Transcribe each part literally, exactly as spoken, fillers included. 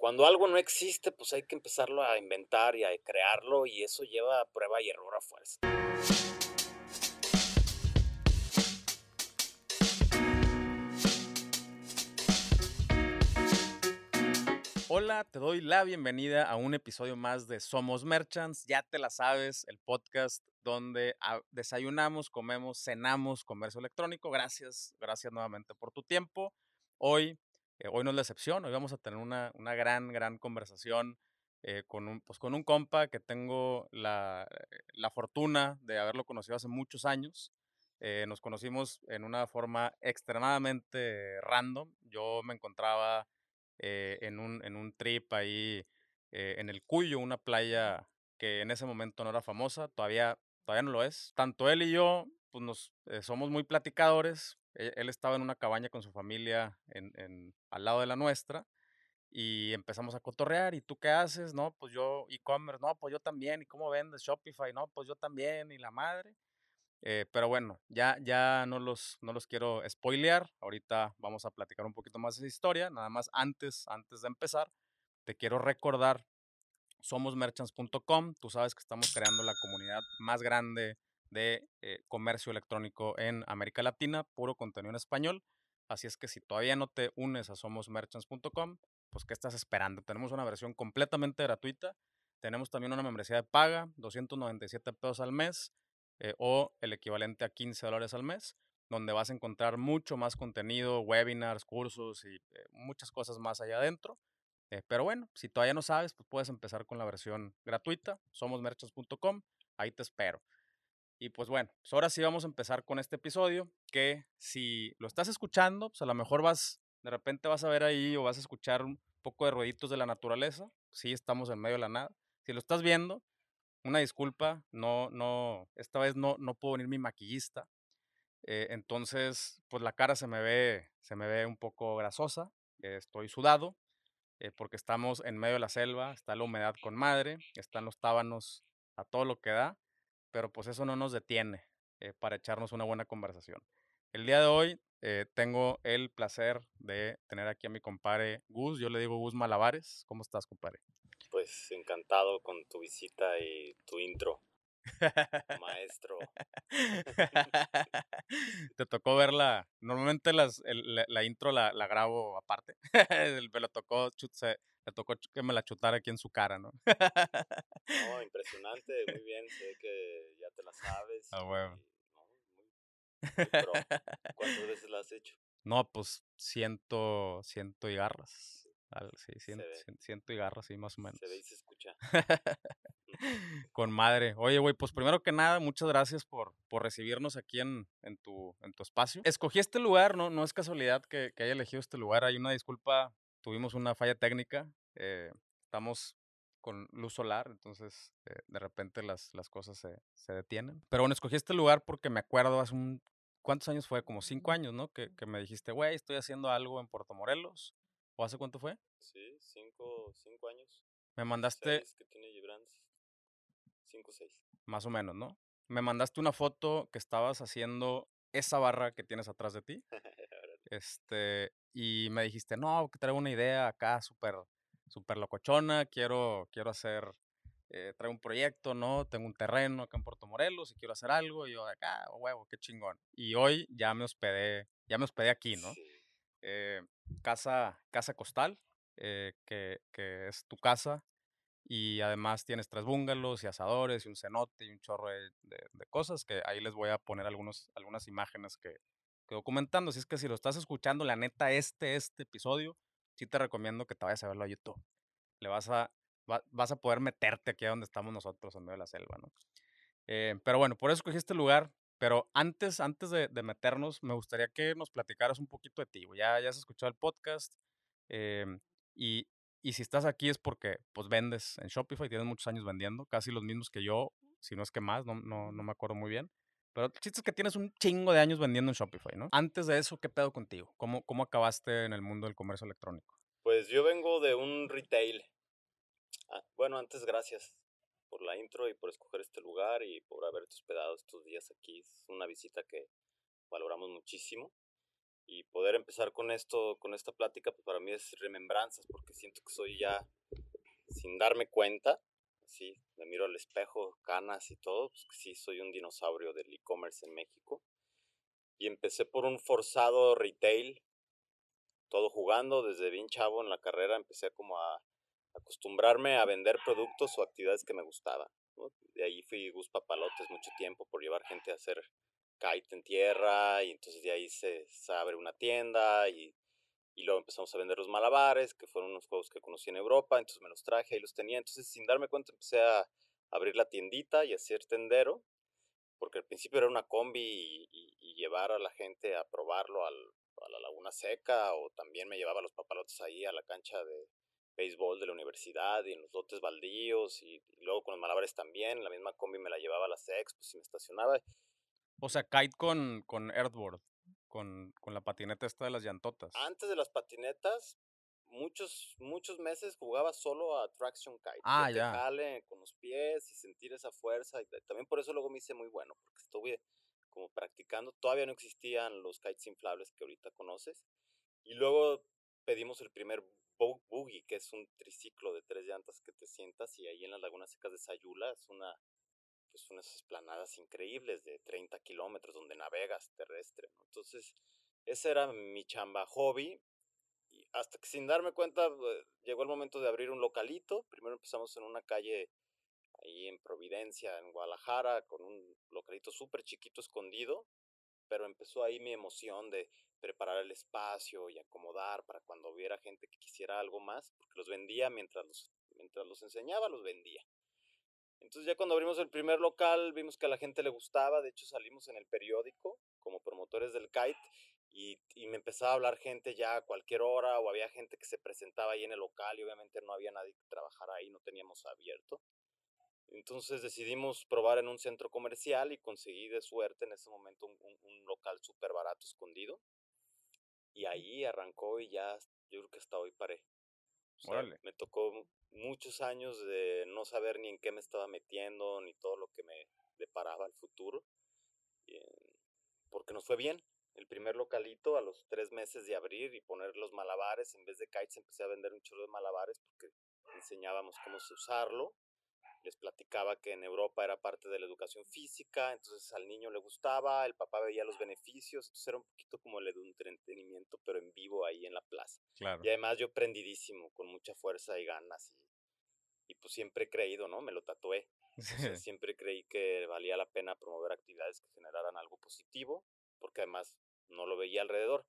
cuando algo no existe, pues hay que empezarlo a inventar y a crearlo, y eso lleva prueba y error a fuerza. Hola, te doy la bienvenida a un episodio más de Somos Merchants. Ya te la sabes, el podcast donde ah, desayunamos, comemos, cenamos comercio electrónico. Gracias, gracias nuevamente por tu tiempo. Hoy, eh, hoy no es la excepción. Hoy vamos a tener una, una gran, gran conversación eh, con, un, pues con un compa que tengo la, eh, la fortuna de haberlo conocido hace muchos años. Eh, nos conocimos en una forma extremadamente random. Yo me encontraba eh, en, un, en un trip ahí eh, en el Cuyo, una playa que en ese momento no era famosa, todavía, todavía no lo es. Tanto él y yo, pues nos, eh, somos muy platicadores. Él, él estaba en una cabaña con su familia en, en, al lado de la nuestra y empezamos a cotorrear. ¿Y tú qué haces? No, pues yo e-commerce, no, pues yo también. ¿Y cómo vendes Shopify? No, pues yo también. Y la madre. Eh, pero bueno, ya, ya no los, no los quiero spoilear. Ahorita vamos a platicar un poquito más de esa historia. Nada más antes, antes de empezar, te quiero recordar somos merchants punto com. Tú sabes que estamos creando la comunidad más grande de eh, comercio electrónico en América Latina, puro contenido en español. Así es que si todavía no te unes a somos merchants punto com, pues ¿qué estás esperando? Tenemos una versión completamente gratuita. Tenemos también una membresía de paga, doscientos noventa y siete pesos al mes eh, o el equivalente a quince dólares al mes, donde vas a encontrar mucho más contenido, webinars, cursos y eh, muchas cosas más allá adentro. Eh, pero bueno, si todavía no sabes, pues puedes empezar con la versión gratuita, somos merchants punto com, ahí te espero. Y pues bueno, pues ahora sí vamos a empezar con este episodio, que si lo estás escuchando, pues a lo mejor vas, de repente vas a ver ahí o vas a escuchar un poco de ruiditos de la naturaleza, sí estamos en medio de la nada. Si lo estás viendo, una disculpa, no, no, esta vez no, no puedo venir mi maquillista, eh, entonces pues la cara se me ve, se me ve un poco grasosa, eh, estoy sudado, eh, porque estamos en medio de la selva, está la humedad con madre, están los tábanos a todo lo que da, pero pues eso no nos detiene eh, para echarnos una buena conversación. El día de hoy eh, tengo el placer de tener aquí a mi compadre Gus, yo le digo Gus Malabares. ¿Cómo estás, compadre? Pues encantado con tu visita y tu intro, maestro. Te tocó verla. Normalmente las, el- la, la intro la, la grabo aparte. El- Me lo tocó, chut- se- le tocó ch- que me la chutara aquí en su cara, ¿no? No, impresionante, muy bien, se ve que ya te la sabes Ah, y huevo. no, muy, muy pro. ¿Cuántas veces la has hecho? No, pues ciento, ciento y garras. Al- sí, Se cien, ve, cien- ciento y garras, sí, más o se ve y menos. se escucha. Con madre. Oye, güey, pues primero que nada, muchas gracias por, por recibirnos aquí en, en tu, en tu espacio. Escogí este lugar, no, no es casualidad que, que haya elegido este lugar. Hay una disculpa, tuvimos una falla técnica. eh, estamos con luz solar, entonces eh, de repente las, las cosas se, se detienen. Pero bueno, escogí este lugar porque me acuerdo hace un... ¿Cuántos años fue? Como cinco años, ¿no? Que, que me dijiste, güey, estoy haciendo algo en Puerto Morelos. ¿O hace cuánto fue? Sí, cinco, cinco años, Me mandaste seis que tiene Gibrans, cinco, seis. más o menos, ¿no? Me mandaste una foto que estabas haciendo esa barra que tienes atrás de ti. Este, y me dijiste, no, que traigo una idea acá súper, súper locochona, quiero, quiero hacer, eh, traigo un proyecto, ¿no? Tengo un terreno acá en Puerto Morelos y quiero hacer algo. Y yo, acá, oh, huevo, qué chingón. Y hoy ya me hospedé, ya me hospedé aquí, ¿no? Sí, Eh, casa, casa Costal, eh, que, que es tu casa y además tienes tres bungalows y asadores y un cenote y un chorro de, de- de cosas que ahí les voy a poner algunos, algunas imágenes que, que documentando. Así es que si lo estás escuchando, la neta, este, este episodio, sí te recomiendo que te vayas a verlo a YouTube. Le vas a, va- vas a poder meterte aquí a donde estamos nosotros, en medio de la selva, ¿no? Eh, pero bueno, por eso escogí este lugar. Pero antes, antes de, de meternos, me gustaría que nos platicaras un poquito de ti, güey. Ya, ya has escuchado el podcast. em, y, y si estás aquí es porque pues vendes en Shopify, tienes muchos años vendiendo, casi los mismos que yo, si no es que más, no, no, no me acuerdo muy bien. Pero el chiste es que tienes un chingo de años vendiendo en Shopify, ¿no? Antes de eso, ¿qué pedo contigo? ¿Cómo, cómo acabaste en el mundo del comercio electrónico? pues yo vengo de un retail. Ah, bueno, antes gracias por la intro y por escoger este lugar y por haberte hospedado estos días aquí. Es una visita que valoramos muchísimo. y poder empezar con esto, con esta plática, pues para mí es remembranzas, porque siento que soy ya, sin darme cuenta, sí, me miro al espejo, canas y todo, pues que sí soy un dinosaurio del e-commerce en México. Y empecé por un forzado retail, todo jugando, desde bien chavo en la carrera empecé como a acostumbrarme a vender productos o actividades que me gustaban, ¿no? De ahí fui Gus Papalotes mucho tiempo por llevar gente a hacer kite en tierra, y entonces de ahí se, se abre una tienda y, y luego empezamos a vender los malabares, que fueron unos juegos que conocí en Europa, entonces me los traje y los tenía, entonces sin darme cuenta empecé a abrir la tiendita y a ser tendero, porque al principio era una combi y, y, y llevar a la gente a probarlo al, a la Laguna Seca, o también me llevaba los papalotes ahí a la cancha de béisbol de la universidad y en los lotes baldíos, y, y luego con los malabares también, la misma combi me la llevaba a las expos y me estacionaba. O sea, kite con, con Earthboard, con, con la patineta esta de las llantotas. Antes de las patinetas, muchos, muchos meses jugaba solo a traction kite, que Ah, te ya. jale con los pies y sentir esa fuerza. Y también por eso luego me hice muy bueno, porque estuve como practicando. Todavía no existían los kites inflables que ahorita conoces. Y luego pedimos el primer bo- buggy, que es un triciclo de tres llantas que te sientas, y ahí en las lagunas secas de Sayula es una, pues unas esplanadas increíbles de treinta kilómetros donde navegas terrestre, ¿no? Entonces, ese era mi chamba hobby, y hasta que sin darme cuenta eh, llegó el momento de abrir un localito. Primero empezamos en una calle ahí en Providencia, en Guadalajara, con un localito súper chiquito escondido, pero empezó ahí mi emoción de preparar el espacio y acomodar para cuando hubiera gente que quisiera algo más, porque los vendía mientras los, mientras los enseñaba, los vendía. Entonces ya cuando abrimos el primer local vimos que a la gente le gustaba, de hecho salimos en el periódico como promotores del kite, y, y me empezaba a hablar gente ya a cualquier hora, o había gente que se presentaba ahí en el local y obviamente no había nadie que trabajara ahí, no teníamos abierto. Entonces decidimos probar en un centro comercial y conseguí de suerte en ese momento un, un, un local súper barato escondido, y ahí arrancó y ya yo creo que hasta hoy paré. O sea, Órale. me tocó muchos años de no saber ni en qué me estaba metiendo, ni todo lo que me deparaba el futuro, y, eh, porque nos fue bien. El primer localito, a los tres meses de abrir y poner los malabares, en vez de kites empecé a vender un chorro de malabares porque enseñábamos cómo se usarlo. Les platicaba que en Europa era parte de la educación física, entonces al niño le gustaba, el papá veía los beneficios, entonces era un poquito como el entretenimiento, pero en vivo ahí en la plaza. Claro. Y además yo prendidísimo, con mucha fuerza y ganas, y, y pues siempre he creído, ¿no? Me lo tatué. O sea, siempre creí que valía la pena promover actividades que generaran algo positivo, porque además no lo veía alrededor.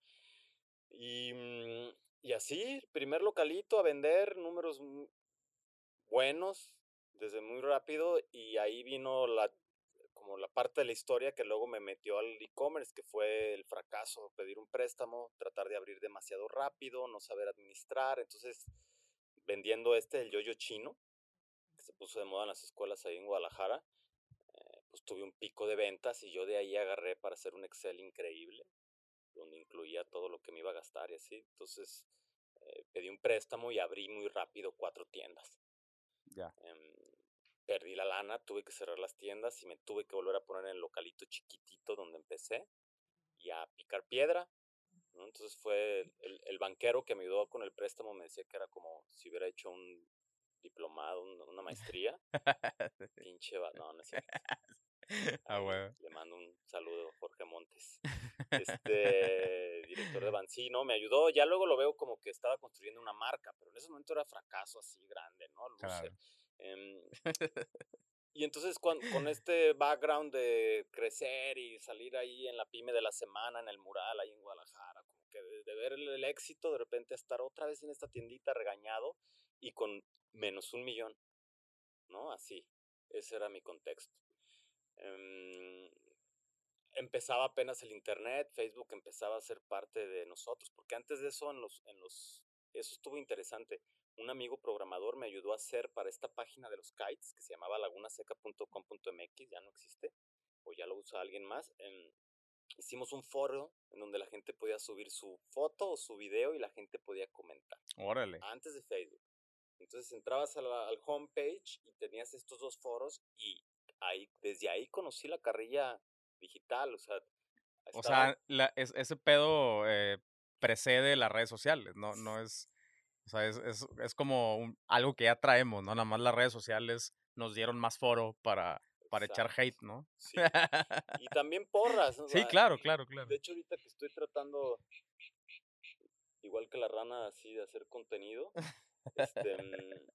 Y, mm, y así, primer localito a vender números buenos desde muy rápido, y ahí vino la como la parte de la historia que luego me metió al e-commerce, que fue el fracaso, pedir un préstamo, tratar de abrir demasiado rápido, no saber administrar. Entonces, vendiendo este, el yoyo chino, que se puso de moda en las escuelas ahí en Guadalajara, eh, pues tuve un pico de ventas y yo de ahí agarré para hacer un Excel increíble, donde incluía todo lo que me iba a gastar y así. Entonces, eh, pedí un préstamo y abrí muy rápido cuatro tiendas. Ya. Eh, perdí la lana, tuve que cerrar las tiendas y me tuve que volver a poner en el localito chiquitito donde empecé y a picar piedra, ¿no? Entonces fue el, el, el banquero que me ayudó con el préstamo, me decía que era como si hubiera hecho un diplomado, un, una maestría. Pinche, va, no, no es cierto. Ah, Ahí bueno. le mando un saludo a Jorge Montes, este director de Bansi, ¿no? Me ayudó. Ya luego lo veo como que estaba construyendo una marca, pero en ese momento era fracaso así grande, ¿no? Loser. Claro. Eh, y entonces con, con este background de crecer y salir ahí en la pyme de la semana, en el mural, ahí en Guadalajara, como que de, de ver el, el éxito, de repente estar otra vez en esta tiendita regañado y con menos un millón, ¿no? Así, ese era mi contexto. Um, empezaba apenas el internet, Facebook empezaba a ser parte de nosotros, porque antes de eso, en los, en los, eso estuvo interesante. Un amigo programador me ayudó a hacer para esta página de los kites, que se llamaba lagunaseca punto com punto m x, ya no existe, o ya lo usa alguien más. Eh, hicimos un foro en donde la gente podía subir su foto o su video y la gente podía comentar. Órale. Antes de Facebook. Entonces entrabas a la, al homepage y tenías estos dos foros, y ahí, desde ahí conocí la carrilla digital. O sea, O Estaba, sea, la- es- ese pedo eh, precede las redes sociales, no, no es, o sea, es, es, es como un- algo que ya traemos, ¿no? Nada más las redes sociales nos dieron más foro para, para echar exacto, hate, ¿no? sí. Y también porras, ¿no? Sí, Ah, claro, y, claro, y claro. de hecho ahorita que estoy tratando, igual que la rana, así de hacer contenido, este, mm,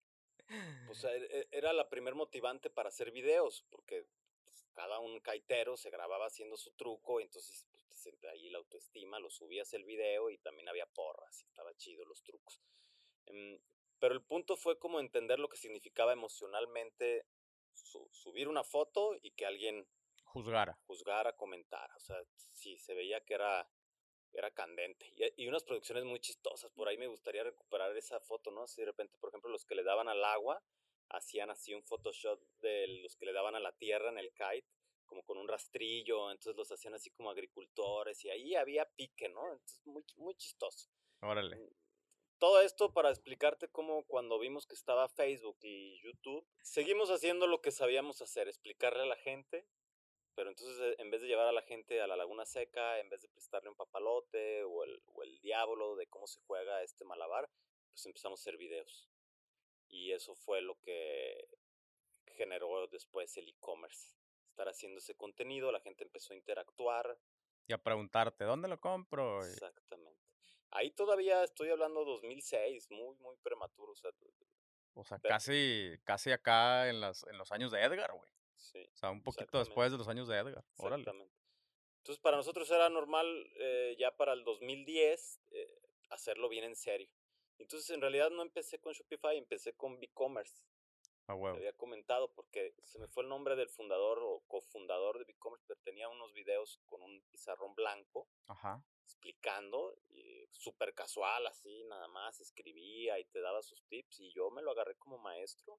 pues e- e- era la primer motivante para hacer videos, porque pues, cada un caitero se grababa haciendo su truco, y entonces pues, te sentía ahí la autoestima, lo subías el video y también había porras, y estaba chido los trucos. Em, pero el punto fue como entender lo que significaba emocionalmente su- subir una foto y que alguien Juzgara. juzgara, comentara. O sea, sí, se veía que era era candente. Y, y unas producciones muy chistosas. Por ahí me gustaría recuperar esa foto, ¿no? Si de repente, por ejemplo, los que le daban al agua, hacían así un Photoshop de los que le daban a la tierra en el kite, como con un rastrillo, entonces los hacían así como agricultores, y ahí había pique, ¿no? Entonces, muy, muy chistoso. Órale. Todo esto para explicarte cómo cuando vimos que estaba Facebook y YouTube, seguimos haciendo lo que sabíamos hacer, explicarle a la gente, pero entonces, eh, en vez de llevar a la gente a la Laguna Seca, en vez de prestarle un papalote o el, o el diablo de cómo se juega este malabar, pues empezamos a hacer videos. Y eso fue lo que generó después el e-commerce. Estar haciendo ese contenido, la gente empezó a interactuar. Y a preguntarte, ¿dónde lo compro? Y- Exactamente. Ahí todavía estoy hablando dos mil seis, muy, muy prematuro. O sea, o sea, pe- casi, casi acá en las, en los años de Edgar, güey. sí, O sea, un poquito exactamente, después de los años de Edgar. Órale. exactamente. Entonces, para nosotros era normal, eh, ya para el dos mil diez, eh, hacerlo bien en serio. Entonces, en realidad no empecé con Shopify, empecé con BigCommerce. A Te huevo. había comentado porque se me fue el nombre del fundador o cofundador de BigCommerce, pero tenía unos videos con un pizarrón blanco Ajá. explicando, y súper casual, así, nada más, escribía y te daba sus tips, y yo me lo agarré como maestro,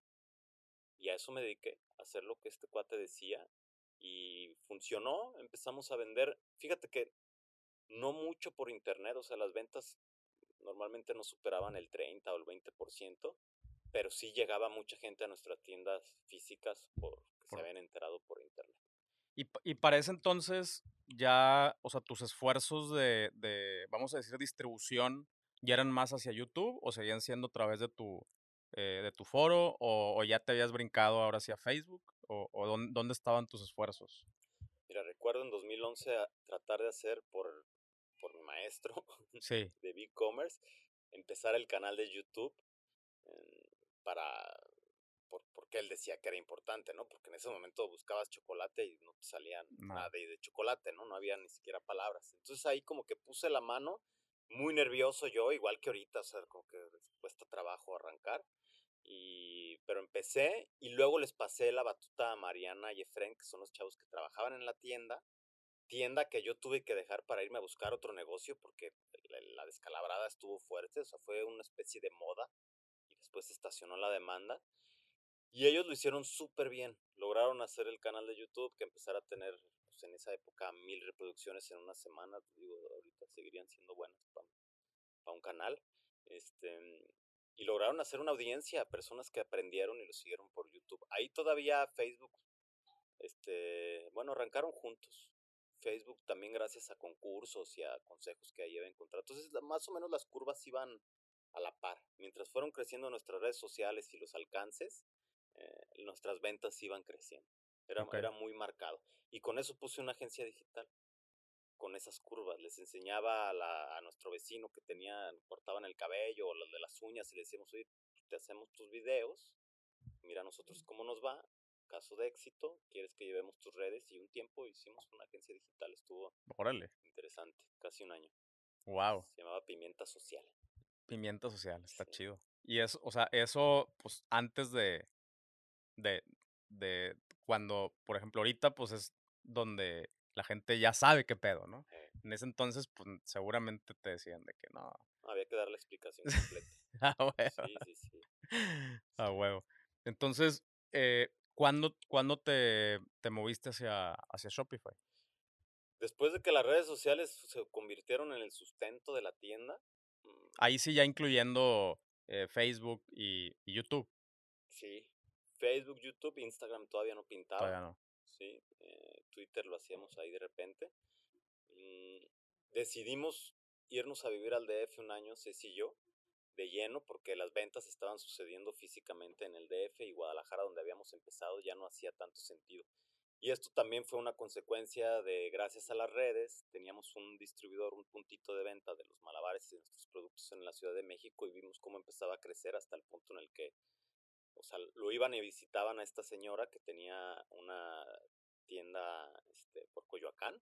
y a eso me dediqué, a hacer lo que este cuate decía, y funcionó, empezamos a vender. Fíjate que no mucho por internet, o sea, las ventas normalmente no superaban el treinta o el veinte por ciento, pero sí llegaba mucha gente a nuestras tiendas físicas porque se Por- habían enterado por internet. Y, pa- y para ese entonces ya, o sea, tus esfuerzos de, de, vamos a decir, distribución, ¿ya eran más hacia YouTube o seguían siendo a través de tu, eh, de tu foro o, o ya te habías brincado ahora hacia Facebook o, o dónde, dónde estaban tus esfuerzos? Mira, recuerdo en dos mil once a tratar de hacer por, por mi maestro Sí, de BigCommerce, empezar el canal de YouTube, eh, para por, porque él decía que era importante, ¿no? Porque en ese momento buscabas chocolate y no te salían nada. nada de, de chocolate, ¿no? No había ni siquiera palabras. Entonces ahí como que puse la mano, muy nervioso yo, igual que ahorita, o sea, como que cuesta trabajo arrancar. Y, pero empecé y luego les pasé la batuta a Mariana y Efren, que son los chavos que trabajaban en la tienda, tienda que yo tuve que dejar para irme a buscar otro negocio porque la, la descalabrada estuvo fuerte, o sea, fue una especie de moda y después se estacionó la demanda. Y ellos lo hicieron súper bien. Lograron hacer el canal de YouTube que empezara a tener, pues, en esa época, mil reproducciones en una semana. Digo, ahorita seguirían siendo buenas para pa un canal. Este, y lograron hacer una audiencia, personas que aprendieron y lo siguieron por YouTube. Ahí todavía Facebook, este, bueno, arrancaron juntos. Facebook también gracias a concursos y a consejos que ahí había encontrado. Entonces, más o menos las curvas iban a la par. Mientras fueron creciendo nuestras redes sociales y los alcances, eh, nuestras ventas iban creciendo. Era, Ok. era muy marcado. Y con eso puse una agencia digital, con esas curvas. Les enseñaba a, la, a nuestro vecino que tenían, cortaban el cabello o los de las uñas y le decíamos, oye, te hacemos tus videos, mira nosotros cómo nos va. Caso de éxito, quieres que llevemos tus redes. Y un tiempo hicimos una agencia digital, estuvo Órale. interesante, casi un año. Wow. Se llamaba Pimienta Social. Pimienta social, está Sí. chido. Y eso, o sea, eso, pues antes de, de, de cuando, por ejemplo, ahorita, pues es donde la gente ya sabe qué pedo, ¿no? Eh, En ese entonces, pues seguramente te decían de que no. había que dar la explicación completa. A huevo. Sí, sí, sí, A sí. huevo. Entonces, eh, ¿cuándo, cuándo te, te moviste hacia, hacia Shopify? Después de que las redes sociales se convirtieron en el sustento de la tienda, mm, Ahí sí ya incluyendo eh, Facebook y, y YouTube. sí, Facebook, YouTube, Instagram todavía no pintaba, Todavía no. sí, eh, Twitter lo hacíamos ahí de repente, mm, decidimos irnos a vivir al D F un año, Ceci y yo, de lleno, porque las ventas estaban sucediendo físicamente en el D F y Guadalajara, donde habíamos empezado, ya no hacía tanto sentido. Y esto también fue una consecuencia de, gracias a las redes, teníamos un distribuidor, un puntito de venta de los malabares y de nuestros productos en la Ciudad de México y vimos cómo empezaba a crecer hasta el punto en el que, o sea, lo iban y visitaban a esta señora que tenía una tienda este, por Coyoacán,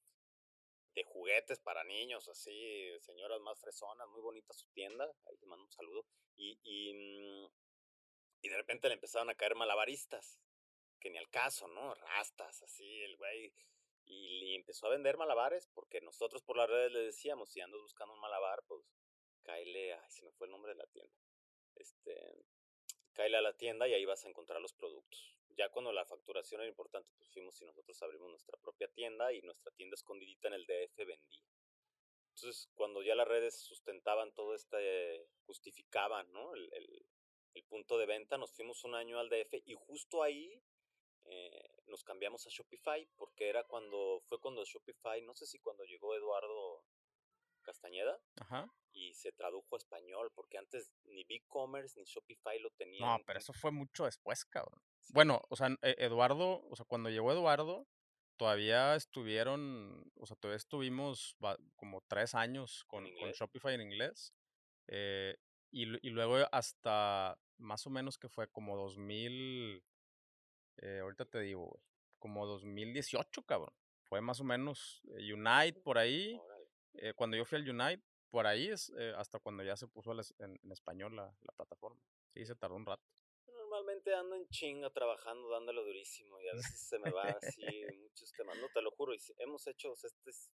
de juguetes para niños, así, señoras más fresonas, muy bonita su tienda, ahí le mando un saludo, y, y, mm, y de repente le empezaron a caer malabaristas, que ni al caso, ¿no? Rastas, así, el güey, y, y empezó a vender malabares, porque nosotros por las redes le decíamos, si andas buscando un malabar, pues, cáele, ay, se me fue el nombre de la tienda, este, cáele a la tienda y ahí vas a encontrar los productos. Ya cuando la facturación era importante, pues fuimos y nosotros abrimos nuestra propia tienda y nuestra tienda escondidita en el D F vendía. Entonces, cuando ya las redes sustentaban todo este, justificaban, ¿no? El, el, el punto de venta, nos fuimos un año al D F y justo ahí eh, nos cambiamos a Shopify porque era cuando, fue cuando Shopify, no sé si cuando llegó Eduardo Castañeda Ajá. y se tradujo a español, porque antes ni BigCommerce ni Shopify lo No, tenían. pero eso fue mucho después, cabrón. Sí, Bueno, o sea, e- Eduardo, o sea, cuando llegó Eduardo, todavía estuvieron, o sea, todavía estuvimos va- como tres años en con, con inglés. Shopify en inglés. eh, y, lu- y luego hasta más o menos que fue como dos mil, eh, ahorita te digo, güey, como dos mil dieciocho, cabrón. Fue más o menos eh, Unite por ahí. Órale. eh, cuando yo fui al Unite, por ahí es eh, hasta cuando ya se puso al es- en, en español la, la plataforma. Sí, se tardó un rato. Normalmente ando en chinga trabajando, dándolo durísimo y a veces se me va así muchos temas. No, te lo juro, y si- hemos hecho, o sea, esta es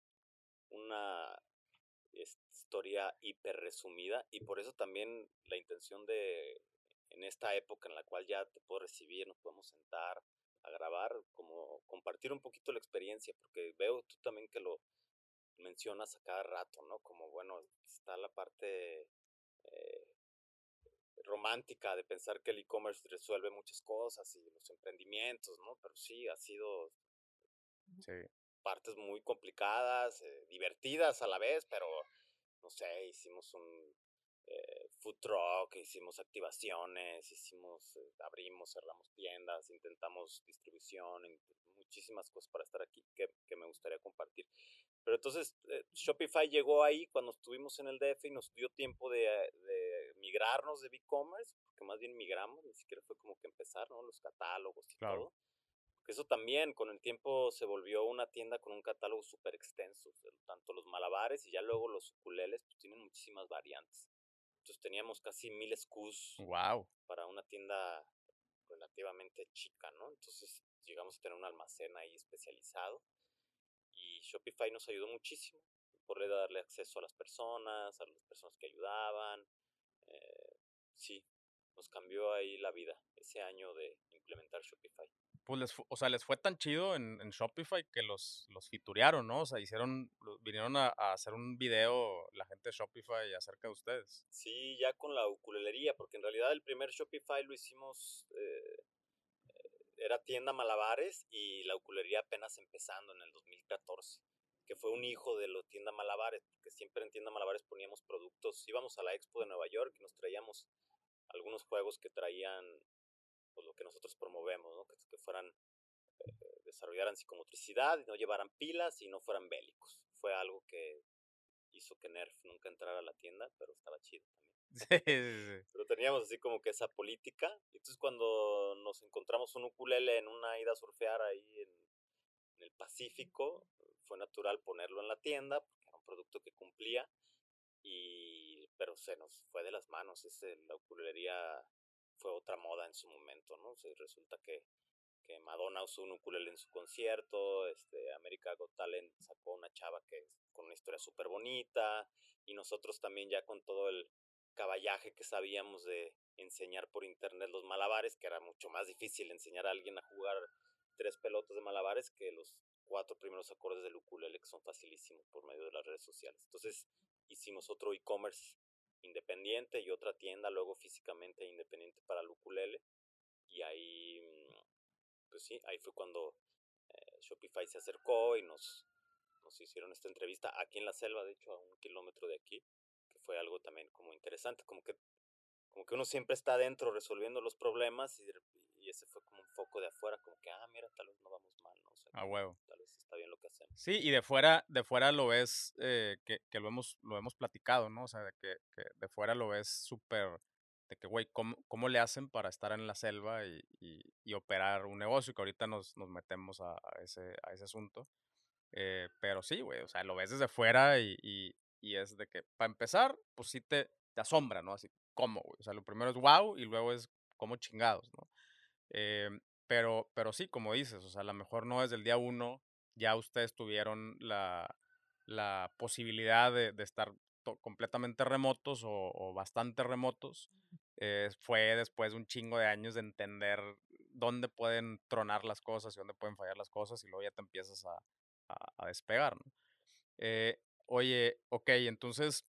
una es- historia hiper resumida y por eso también la intención de, en esta época en la cual ya te puedo recibir, nos podemos sentar a grabar, como compartir un poquito la experiencia, porque veo tú también que lo mencionas a cada rato, ¿no? Como, bueno, está la parte eh, romántica de pensar que el e-commerce resuelve muchas cosas y los emprendimientos, ¿no? Pero sí, ha sido Sí. partes muy complicadas, eh, divertidas a la vez, pero no sé, hicimos un eh, food truck, hicimos activaciones, hicimos, eh, abrimos, cerramos tiendas, intentamos distribución, muchísimas cosas para estar aquí que, que me gustaría compartir. Pero entonces eh, Shopify llegó ahí cuando estuvimos en el D F y nos dio tiempo de, de migrarnos de e-commerce, porque más bien migramos, ni siquiera fue como que empezar, ¿no? Los catálogos y Claro. todo. Eso también con el tiempo se volvió una tienda con un catálogo súper extenso, o sea, tanto los malabares y ya luego los ukuleles pues, tienen muchísimas variantes. Entonces teníamos casi mil S K Us Wow. para una tienda relativamente chica, ¿no? Entonces llegamos a tener un almacén ahí especializado y Shopify nos ayudó muchísimo por darle acceso a las personas, a las personas que ayudaban. Eh, sí, nos cambió ahí la vida ese año de implementar Shopify. Pues les, fu- o sea, les fue tan chido en, en Shopify que los, los fiturearon, ¿no? O sea, hicieron, lo- vinieron a, a hacer un video la gente de Shopify acerca de ustedes. Sí, ya con la ukulelería, porque en realidad el primer Shopify lo hicimos, eh, era tienda Malabares y la ukulería apenas empezando en el dos mil catorce, que fue un hijo de la tienda Malabares, porque siempre en tienda Malabares poníamos productos, íbamos a la Expo de Nueva York y nos traíamos algunos juegos que traían pues, lo que nosotros promovemos, ¿no? que, que fueran, eh, desarrollaran psicomotricidad, no llevaran pilas y no fueran bélicos. Fue algo que hizo que Nerf nunca entrara a la tienda, pero estaba chido también. Sí, sí, sí. Pero teníamos así como que esa política. Entonces cuando nos encontramos un ukulele en una ida a surfear ahí en, en el Pacífico, fue natural ponerlo en la tienda, porque era un producto que cumplía, y, pero se nos fue de las manos. Ese, la ukulelería fue otra moda en su momento, ¿no? O sea, resulta que, que Madonna usó un ukulele en su concierto, este, America Got Talent sacó una chava que con una historia súper bonita, y nosotros también ya con todo el caballaje que sabíamos de enseñar por internet los malabares, que era mucho más difícil enseñar a alguien a jugar tres pelotas de malabares que los cuatro primeros acordes del ukulele, que son facilísimos por medio de las redes sociales. Entonces hicimos otro e-commerce independiente y otra tienda luego físicamente independiente para el ukulele, y ahí pues sí, ahí fue cuando eh, Shopify se acercó y nos, nos hicieron esta entrevista aquí en la selva, de hecho, a un kilómetro de aquí, que fue algo también como interesante, como que, como que uno siempre está adentro resolviendo los problemas y, de rep- y ese fue como un foco de afuera, como que, ah, mira, tal vez no vamos mal, ¿no? O sea, A huevo. tal vez está bien lo que hacemos. Sí, y de fuera, de fuera lo ves, eh, que, que lo hemos, lo hemos platicado, ¿no? O sea, de que, que de fuera lo ves súper, de que, güey, ¿cómo, ¿cómo le hacen para estar en la selva y, y, y operar un negocio? Que ahorita nos, nos metemos a, a ese, a ese asunto. Eh, pero sí, güey, o sea, lo ves desde fuera y, y, y es de que, para empezar, pues sí te, te asombra, ¿no? Así, ¿cómo, güey? O sea, lo primero es wow y luego es como chingados, ¿no? Eh, pero, pero sí, como dices, o sea, a lo mejor no desde el día uno ya ustedes tuvieron la, la posibilidad de, de estar to- completamente remotos o, o bastante remotos. Eh, fue después de un chingo de años de entender dónde pueden tronar las cosas y dónde pueden fallar las cosas y luego ya te empiezas a, a- a despegar, ¿no? Eh, oye, ok, entonces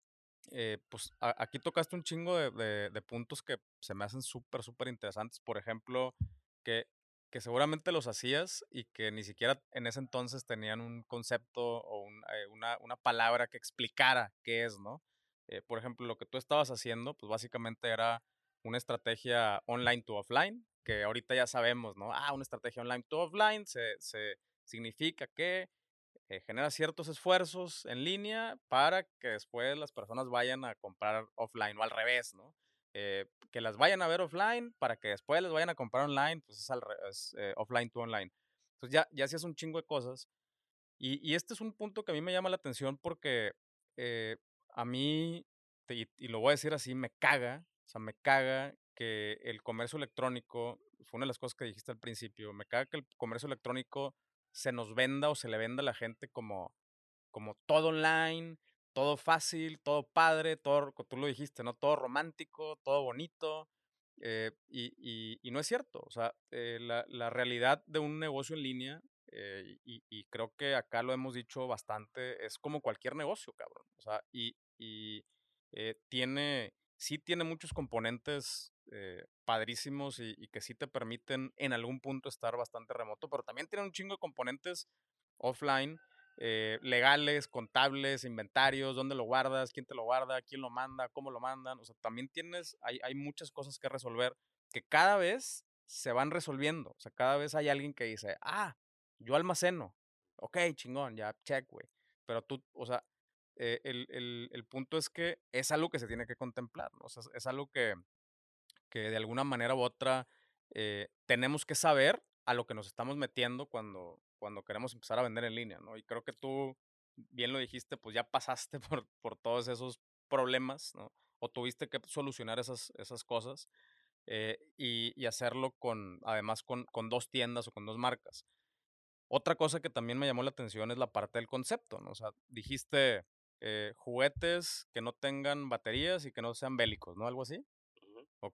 eh, pues a- aquí tocaste un chingo de, de- de puntos que se me hacen súper, súper interesantes. Por ejemplo, que, que seguramente los hacías y que ni siquiera en ese entonces tenían un concepto o un, eh, una, una palabra que explicara qué es, ¿no? Eh, por ejemplo, lo que tú estabas haciendo, pues básicamente era una estrategia online to offline, que ahorita ya sabemos, ¿no? Ah, una estrategia online to offline se, se significa que eh, genera ciertos esfuerzos en línea para que después las personas vayan a comprar offline o al revés, ¿no? Eh, que las vayan a ver offline para que después les vayan a comprar online, pues es, al re- es, eh, offline to online. Entonces ya, ya hacías un chingo de cosas. Y, y este es un punto que a mí me llama la atención porque eh, a mí, te- y, y lo voy a decir así, me caga, o sea, me caga que el comercio electrónico, fue una de las cosas que dijiste al principio, me caga que el comercio electrónico se nos venda o se le venda a la gente como, como todo online, todo fácil, todo padre, todo, como tú lo dijiste, ¿no? Todo romántico, todo bonito. eh, y, y- y no es cierto. O sea, eh, la, la realidad de un negocio en línea, eh, y, y creo que acá lo hemos dicho bastante, es como cualquier negocio, cabrón. O sea, y, y, eh, tiene, sí tiene muchos componentes eh, padrísimos y, y que sí te permiten en algún punto estar bastante remoto, pero también tiene un chingo de componentes offline, eh, legales, contables, inventarios, dónde lo guardas, quién te lo guarda, quién lo manda, cómo lo mandan. O sea, también tienes, hay, hay muchas cosas que resolver que cada vez se van resolviendo. O sea, cada vez hay alguien que dice, ah, yo almaceno. Ok, chingón, ya, check, güey. Pero tú, o sea, eh, el, el, el punto es que es algo que se tiene que contemplar, ¿no? O sea, es, es algo que, que de alguna manera u otra eh, tenemos que saber a lo que nos estamos metiendo cuando, cuando queremos empezar a vender en línea, ¿no? Y creo que tú, bien lo dijiste, pues ya pasaste por, por todos esos problemas, ¿no? O tuviste que solucionar esas, esas cosas eh, y, y hacerlo con, además, con, con dos tiendas o con dos marcas. Otra cosa que también me llamó la atención es la parte del concepto, ¿no? O sea, dijiste eh, juguetes que no tengan baterías y que no sean bélicos, ¿no? Algo así, Ujú. ¿ok?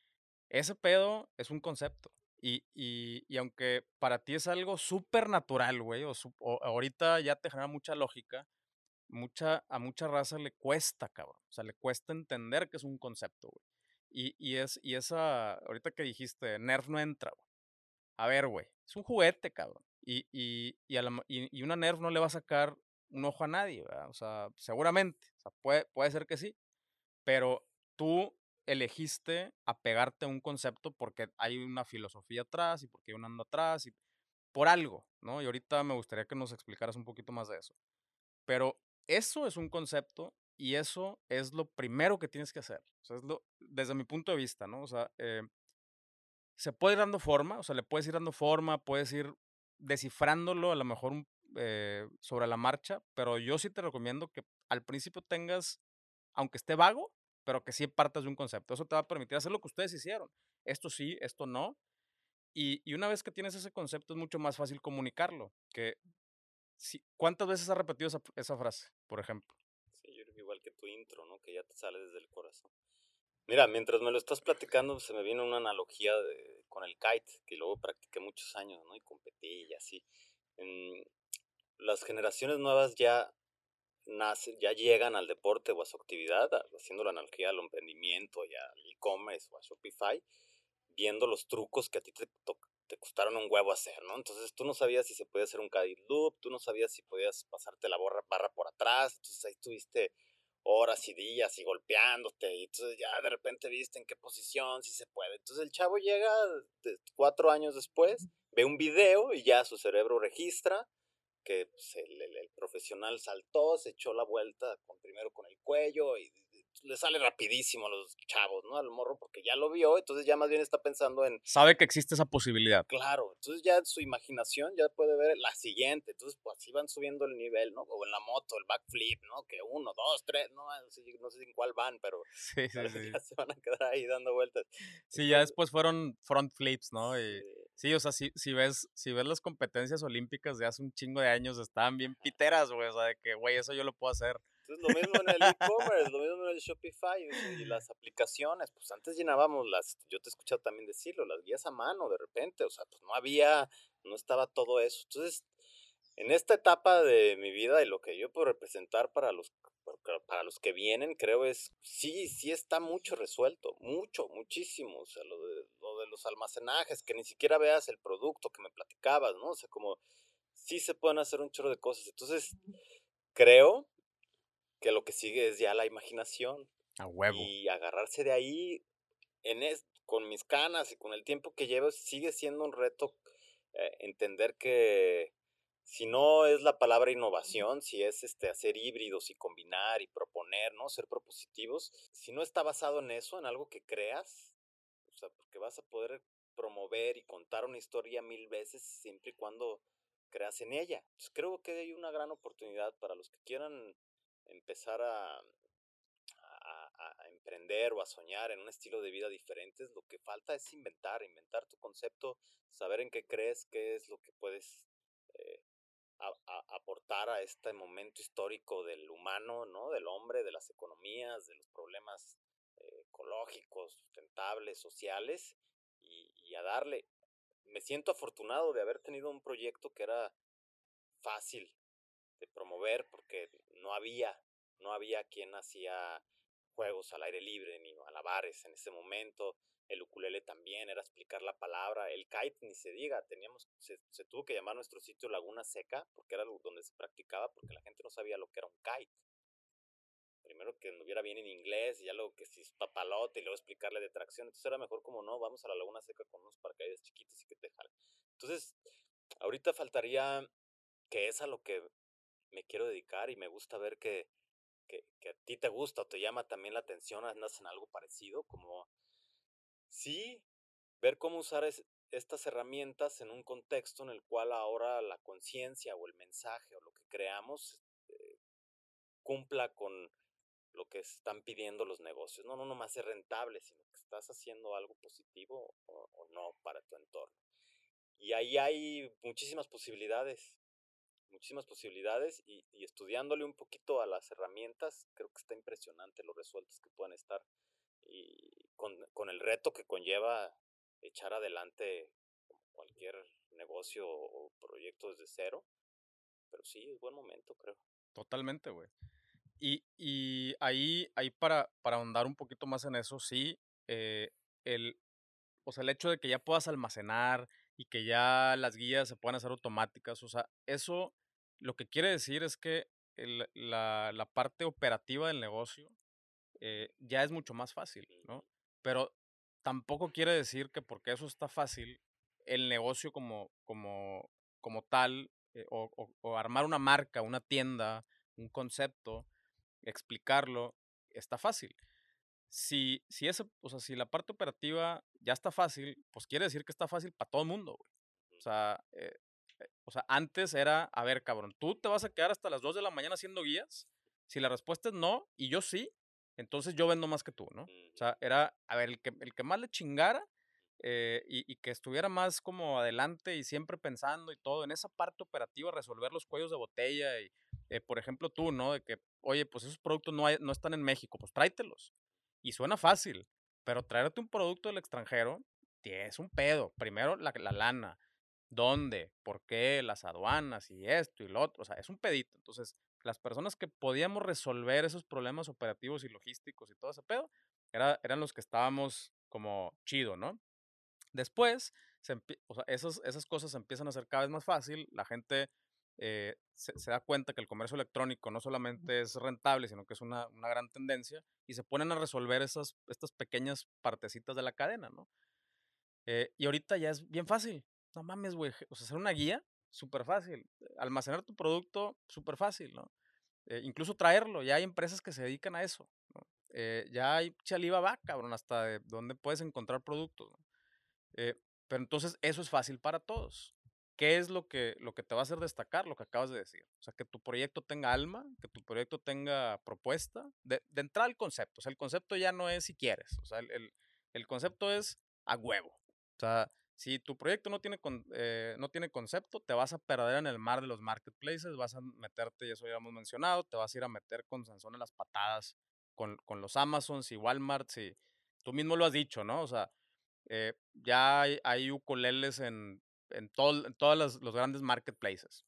Ese pedo es un concepto. Y, y, y aunque para ti es algo súper natural, güey, o, su- o ahorita ya te genera mucha lógica, mucha, a mucha raza le cuesta, cabrón. O sea, le cuesta entender que es un concepto, güey. Y, y, es, y esa, ahorita que dijiste, Nerf no entra, güey. A ver, güey, es un juguete, cabrón. Y, y, y, a la ma- y- y una Nerf no le va a sacar un ojo a nadie, ¿verdad? O sea, seguramente. O sea, puede, puede ser que sí, pero tú elegiste apegarte a un concepto porque hay una filosofía atrás y porque hay un ando atrás y por algo, ¿no? Y ahorita me gustaría que nos explicaras un poquito más de eso. Pero eso es un concepto y eso es lo primero que tienes que hacer. O sea, es lo, desde mi punto de vista, ¿no? O sea, eh, se puede ir dando forma, o sea, le puedes ir dando forma, puedes ir descifrándolo a lo mejor un- eh, sobre la marcha, pero yo sí te recomiendo que al principio tengas, aunque esté vago, pero que sí partas de un concepto. Eso te va a permitir hacer lo que ustedes hicieron. Esto sí, esto no. Y, y una vez que tienes ese concepto es mucho más fácil comunicarlo. Que si, ¿cuántas veces has repetido esa, esa frase, por ejemplo? Sí, yo creo que igual que tu intro, ¿no? Que ya te sale desde el corazón. Mira, mientras me lo estás platicando, se me vino una analogía de- con el kite, que luego practiqué muchos años, ¿no? Y competí y así. En- las generaciones nuevas ya nacen, ya llegan al deporte o a su actividad, a- haciendo la analogía al emprendimiento y al e-commerce o a Shopify, viendo los trucos que a ti te, to- te costaron un huevo hacer, ¿no? Entonces tú no sabías si se podía hacer un caddy loop, tú no sabías si podías pasarte la barra, barra por atrás, entonces ahí estuviste horas y días y golpeándote, y entonces ya de repente viste en qué posición, si se puede. Entonces el chavo llega de, cuatro años después, ve un video y ya su cerebro registra que pues, el, el, el, profesional saltó, se echó la vuelta con, primero con el cuello y, y le sale rapidísimo a los chavos, ¿no? Al morro porque ya lo vio, entonces ya más bien está pensando en... Sabe que existe esa posibilidad. Claro, entonces ya su imaginación ya puede ver la siguiente, entonces pues así van subiendo el nivel, ¿no? O en la moto, el backflip, ¿no? Que uno, dos, tres, no, no sé, no sé en cuál van, pero, sí, sí, pero sí. ya se van a quedar ahí dando vueltas. Sí, ya después fueron front flips, ¿no? Sí. Y, sí, o sea, si, si, ves, si ves las competencias olímpicas de hace un chingo de años, estaban bien piteras, güey, o sea, de que, güey, eso yo lo puedo hacer. Entonces, lo mismo en el e-commerce, lo mismo en el Shopify y las aplicaciones. Pues antes llenábamos las, yo te he escuchado también decirlo, las guías a mano de repente, o sea, pues no había, no estaba todo eso. Entonces, en esta etapa de mi vida y lo que yo puedo representar para los, para los que vienen, creo es, sí, sí está mucho resuelto, mucho, muchísimo. O sea, lo de, lo de los almacenajes, que ni siquiera veas el producto que me platicabas, ¿no? O sea, como, sí se pueden hacer un chorro de cosas. Entonces, creo que lo que sigue es ya la imaginación. A huevo. Y agarrarse de ahí, en es, con mis canas y con el tiempo que llevo, sigue siendo un reto eh, entender que si no es la palabra innovación, si es este, hacer híbridos y combinar y proponer, ¿no? Ser propositivos, si no está basado en eso, en algo que creas, o sea, porque vas a poder promover y contar una historia mil veces siempre y cuando creas en ella. Entonces creo que hay una gran oportunidad para los que quieran empezar a, a, a, emprender o a soñar en un estilo de vida diferente. Lo que falta es inventar, inventar tu concepto, saber en qué crees, qué es lo que puedes eh, a, a, aportar a este momento histórico del humano, ¿no? Del hombre, de las economías, de los problemas eh, ecológicos, sustentables, sociales, y, y a darle. Me siento afortunado de haber tenido un proyecto que era fácil de promover porque no había, no había quien hacía juegos al aire libre ni malabares en ese momento. El ukulele también era explicar la palabra. El kite ni se diga, teníamos, se, se tuvo que llamar nuestro sitio Laguna Seca porque era donde se practicaba porque la gente no sabía lo que era un kite. Primero que anduviera bien en inglés y ya luego que si es papalote y luego explicarle de tracción. Entonces era mejor como no, vamos a la Laguna Seca con unos paracaídas chiquitos y que te jalen. Entonces, ahorita faltaría que es a lo que me quiero dedicar y me gusta ver que, que, que a ti te gusta o te llama también la atención, andas en algo parecido, como sí, ver cómo usar es, estas herramientas en un contexto en el cual ahora la conciencia o el mensaje o lo que creamos eh, cumpla con lo que están pidiendo los negocios. No, no nomás es rentable, sino que estás haciendo algo positivo o, o no para tu entorno. Y ahí hay muchísimas posibilidades, muchísimas posibilidades y, y, estudiándole un poquito a las herramientas, creo que está impresionante los resueltos que pueden estar y con, con el reto que conlleva echar adelante cualquier negocio o proyecto desde cero, pero sí, es buen momento, creo. Totalmente, güey. Y, y ahí, ahí para, para ahondar un poquito más en eso, sí, eh, el, o sea, el hecho de que ya puedas almacenar y que ya las guías se puedan hacer automáticas, o sea, eso lo que quiere decir es que el- la, la parte operativa del negocio eh, ya es mucho más fácil, ¿no? Pero tampoco quiere decir que porque eso está fácil, el negocio como, como, como tal, eh, o, o- o armar una marca, una tienda, un concepto, explicarlo, está fácil. Si, si, ese, o sea, si la parte operativa ya está fácil, pues quiere decir que está fácil para todo el mundo, güey. O sea, eh, eh, o sea, antes era, a ver, cabrón, ¿tú te vas a quedar hasta las dos de la mañana haciendo guías? Si la respuesta es no, y yo sí, entonces yo vendo más que tú, ¿no? O sea, era, a ver, el que, el que más le chingara eh, y, y que estuviera más como adelante y siempre pensando y todo, en esa parte operativa, resolver los cuellos de botella y, eh, por ejemplo, tú, ¿no? De que, oye, pues esos productos no, hay, no están en México, pues tráetelos. Y suena fácil, pero traerte un producto del extranjero es un pedo. Primero, la, la lana. ¿Dónde? ¿Por qué? Las aduanas y esto y lo otro. O sea, es un pedito. Entonces, las personas que podíamos resolver esos problemas operativos y logísticos y todo ese pedo, era, eran los que estábamos como chido, ¿no? Después se empie- o sea, esas, esas cosas se empiezan a hacer cada vez más fácil, la gente eh, se, se da cuenta que el comercio electrónico no solamente es rentable, sino que es una, una gran tendencia, y se ponen a resolver esas, estas pequeñas partecitas de la cadena, ¿no? Eh, y ahorita ya es bien fácil. No mames, güey. O sea, hacer una guía, súper fácil. Almacenar tu producto, súper fácil, ¿no? Eh, incluso traerlo. Ya hay empresas que se dedican a eso, ¿no? Eh, ya hay Alibaba, cabrón, hasta de donde puedes encontrar productos, ¿no? Eh, pero entonces eso es fácil para todos. ¿Qué es lo que, lo que te va a hacer destacar? Lo que acabas de decir. O sea, que tu proyecto tenga alma, que tu proyecto tenga propuesta. De, de entrada al concepto. O sea, el concepto ya no es si quieres. O sea, el, el, el concepto es a huevo. O sea, si tu proyecto no tiene, con, eh, no tiene concepto, te vas a perder en el mar de los marketplaces, vas a meterte, y eso ya hemos mencionado, te vas a ir a meter con Sansón en las patadas, con, con los Amazons y Walmarts, y tú mismo lo has dicho, ¿no? O sea, eh, ya hay, hay ukuleles en, en, todo, en todos los, los grandes marketplaces.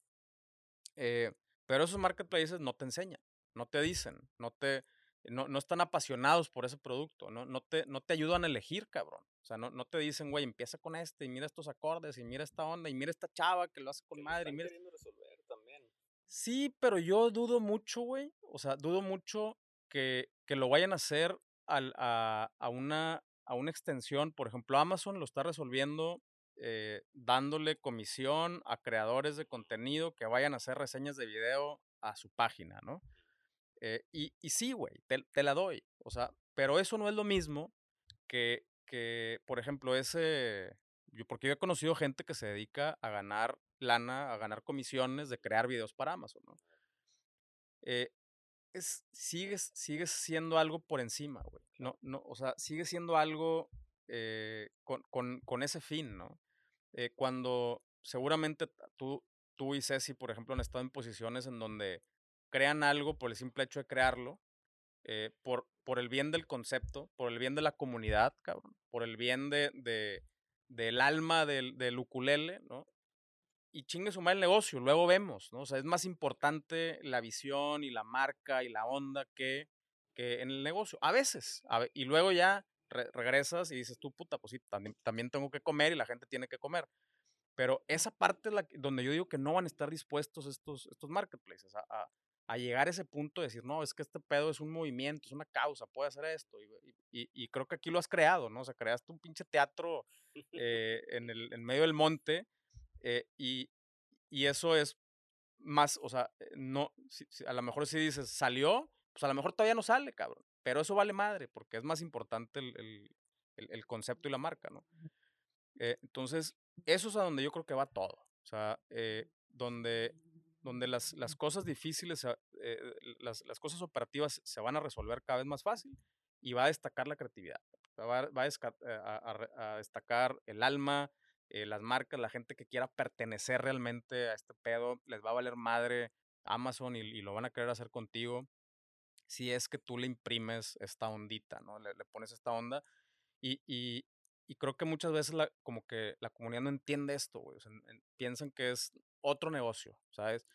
Eh, pero esos marketplaces no te enseñan, no te dicen, no, te, no, no están apasionados por ese producto, no, no, te, no te ayudan a elegir, cabrón. O sea, no, no te dicen, güey, empieza con este y mira estos acordes y mira esta onda y mira esta chava que lo hace con Que lo madre y están mira. queriendo resolver también. Sí, pero yo dudo mucho, güey. O sea, dudo mucho que, que lo vayan a hacer al, a, a, una, a una extensión. Por ejemplo, Amazon lo está resolviendo eh, dándole comisión a creadores de contenido que vayan a hacer reseñas de video a su página, ¿no? Eh, y, y sí, güey, te, te la doy. O sea, pero eso no es lo mismo que, que por ejemplo, ese. Yo, porque yo he conocido gente que se dedica a ganar lana, a ganar comisiones de crear videos para Amazon, ¿no? Eh, es, sigues, sigues siendo algo por encima, güey. Claro. No, no, o sea, sigue siendo algo eh, con, con, con, ese fin, ¿no? Eh, cuando seguramente tú, tú y Ceci, por ejemplo, han estado en posiciones en donde crean algo por el simple hecho de crearlo, eh, por, por el bien del concepto, por el bien de la comunidad, cabrón, por el bien de, de, del alma del, del ukulele, ¿no? Y chingue su madre el negocio, luego vemos, ¿no? O sea, es más importante la visión y la marca y la onda que, que en el negocio. A veces. A ve- y luego ya re- regresas y dices tú, puta, pues sí, también, también tengo que comer y la gente tiene que comer. Pero esa parte es la que- donde yo digo que no van a estar dispuestos estos, estos marketplaces a, a- a llegar a ese punto de decir, no, es que este pedo es un movimiento, es una causa, puede hacer esto. Y, y- y creo que aquí lo has creado, ¿no? O sea, creaste un pinche teatro eh, en, el, en medio del monte eh, y, y eso es más, o sea, eh, no, si- si- a lo mejor si dices, salió, pues a lo mejor todavía no sale, cabrón. Pero eso vale madre, porque es más importante el, el- el- el concepto y la marca, ¿no? Eh, entonces, eso es a donde yo creo que va todo. O sea, eh, donde, donde las, las cosas difíciles, se- eh, las, las cosas operativas se van a resolver cada vez más fácil y va a destacar la creatividad. O sea, va, va a, desca- eh, a- a re- a destacar el alma, eh, las marcas, la gente que quiera pertenecer realmente a este pedo, les va a valer madre Amazon y, y lo van a querer hacer contigo si es que tú le imprimes esta ondita, ¿no? Le, le pones esta onda y, y, y creo que muchas veces la, como que la comunidad no entiende esto, güey. O sea, en- en- piensan que es otro negocio, ¿sabes?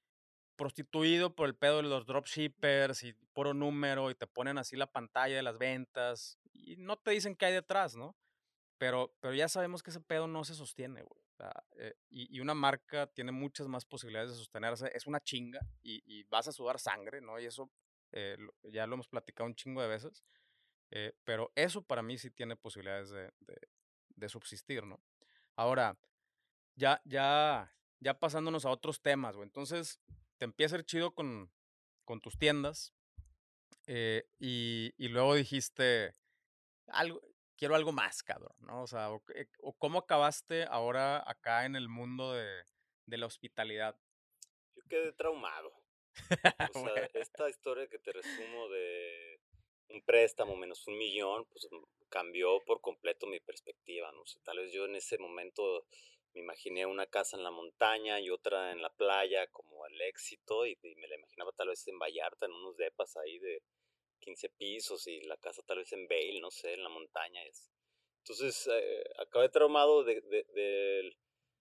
Prostituido por el pedo de los dropshippers y puro número y te ponen así la pantalla de las ventas y no te dicen qué hay detrás, ¿no? Pero, pero ya sabemos que ese pedo no se sostiene, güey. O sea, eh, y, y una marca tiene muchas más posibilidades de sostenerse. Es una chinga y, y vas a sudar sangre, ¿no? Y eso eh, lo- ya lo hemos platicado un chingo de veces. Eh, pero eso para mí sí tiene posibilidades de, de- de subsistir, ¿no? Ahora, ya, ya, ya pasándonos a otros temas, güey. Entonces, te empieza a ir chido con, con tus tiendas eh, y, y luego dijiste, algo, quiero algo más, cabrón, ¿no? O sea, o, qué- o cómo acabaste ahora acá en el mundo de, de la hospitalidad. Yo quedé traumado. O sea, Güey. esta historia que te resumo de un préstamo menos un millón, pues m- cambió por completo mi perspectiva, ¿no? O sea, tal vez yo en ese momento me imaginé una casa en la montaña y otra en la playa como el éxito y, y me la imaginaba tal vez en Vallarta, en unos depas ahí de quince pisos y la casa tal vez en Vail, no sé, en la montaña. Es. Entonces, eh, acabé traumado de, de, del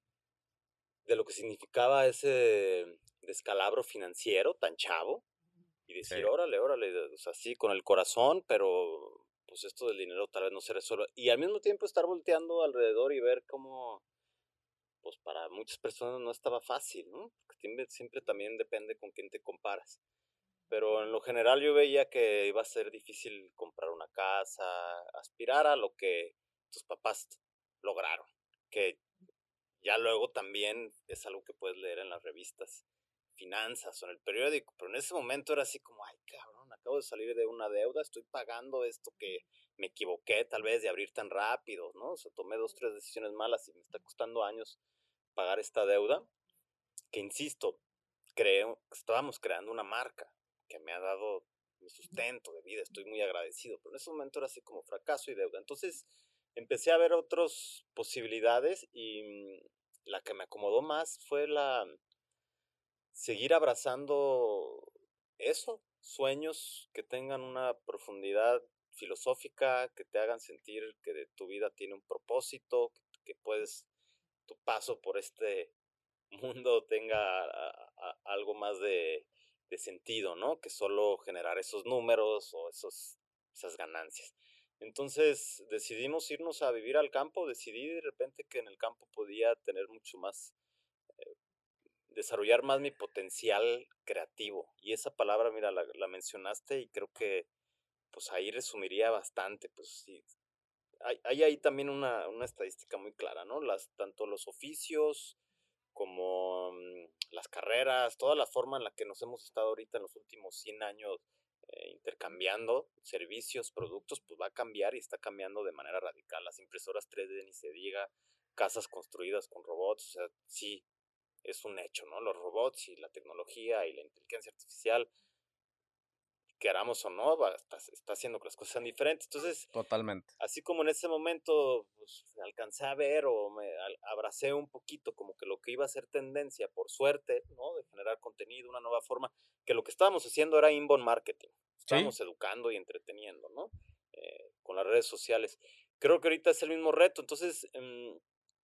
de lo que significaba ese descalabro financiero tan chavo y Sí, decir, órale, órale, o sea, sí, con el corazón, pero pues esto del dinero tal vez no se resuelva. Y al mismo tiempo estar volteando alrededor y ver cómo, pues para muchas personas no estaba fácil, ¿no? Porque siempre, siempre también depende con quién te comparas. Pero en lo general yo veía que iba a ser difícil comprar una casa, aspirar a lo que tus papás lograron, que ya luego también es algo que puedes leer en las revistas, finanzas o en el periódico, pero en ese momento era así como, ay cabrón, acabo de salir de una deuda, estoy pagando esto que me equivoqué tal vez de abrir tan rápido, ¿no? O sea, tomé dos, tres decisiones malas y me está costando años pagar esta deuda, que insisto, creo que estábamos creando una marca que me ha dado mi sustento de vida, estoy muy agradecido, pero en ese momento era así como fracaso y deuda. Entonces empecé a ver otras posibilidades y la que me acomodó más fue la seguir abrazando eso, sueños que tengan una profundidad filosófica, que te hagan sentir que tu vida tiene un propósito, que, que puedes, tu paso por este mundo tenga a, a, algo más de, de, sentido, ¿no? Que solo generar esos números o esos, esas ganancias. Entonces decidimos irnos a vivir al campo, decidí de repente que en el campo podía tener mucho más, eh, desarrollar más mi potencial creativo. Y esa palabra, mira, la, la mencionaste y creo que pues ahí resumiría bastante, pues sí. Hay, hay ahí también una, una estadística muy clara, ¿no? Las, tanto los oficios, como um, las carreras, toda la forma en la que nos hemos estado ahorita en los últimos cien años eh, intercambiando servicios, productos, pues va a cambiar y está cambiando de manera radical. Las impresoras tres D ni se diga, casas construidas con robots, o sea, sí, es un hecho, ¿no? Los robots y la tecnología y la inteligencia artificial, queramos o no, va, está, está haciendo que las cosas sean diferentes. Entonces, Totalmente. así como en ese momento pues, alcancé a ver o me abracé un poquito como que lo que iba a ser tendencia, por suerte, ¿no? De generar contenido, una nueva forma, que lo que estábamos haciendo era inbound marketing. Sí. Estábamos educando y entreteniendo, ¿no? Eh, con las redes sociales. Creo que ahorita es el mismo reto. Entonces, eh,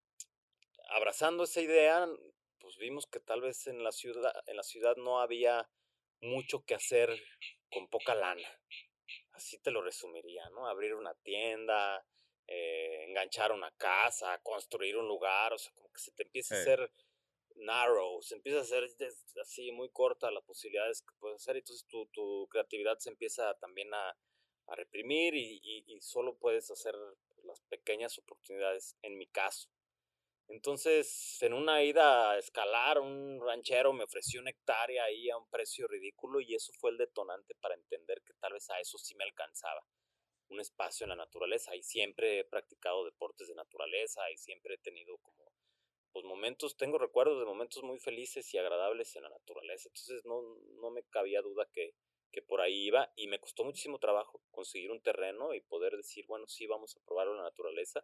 abrazando esa idea, pues vimos que tal vez en la ciudad, en la ciudad no había mucho que hacer con poca lana. Así te lo resumiría, ¿no? Abrir una tienda, eh, enganchar una casa, construir un lugar, o sea, como que se te empieza a Hey. hacer narrow, se empieza a hacer así muy corta las posibilidades que puedes hacer, y entonces tu, tu creatividad se empieza también a, a reprimir y, y, y solo puedes hacer las pequeñas oportunidades, en mi caso. Entonces, en una ida a escalar, un ranchero me ofreció una hectárea ahí a un precio ridículo y eso fue el detonante para entender que tal vez a eso sí me alcanzaba un espacio en la naturaleza. Y siempre he practicado deportes de naturaleza y siempre he tenido como pues momentos, tengo recuerdos de momentos muy felices y agradables en la naturaleza. Entonces no, no me cabía duda que, que por ahí iba y me costó muchísimo trabajo conseguir un terreno y poder decir, bueno, sí, vamos a probarlo en la naturaleza.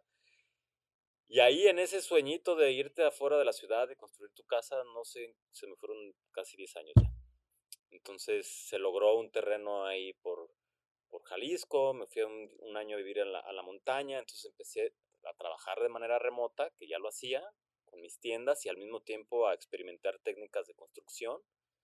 Y ahí en ese sueñito de irte afuera de la ciudad, de construir tu casa, no sé, se me fueron casi diez años ya. Entonces se logró un terreno ahí por, por Jalisco, me fui un, un año a vivir a la, a la montaña, entonces empecé a trabajar de manera remota, que ya lo hacía, con mis tiendas y al mismo tiempo a experimentar técnicas de construcción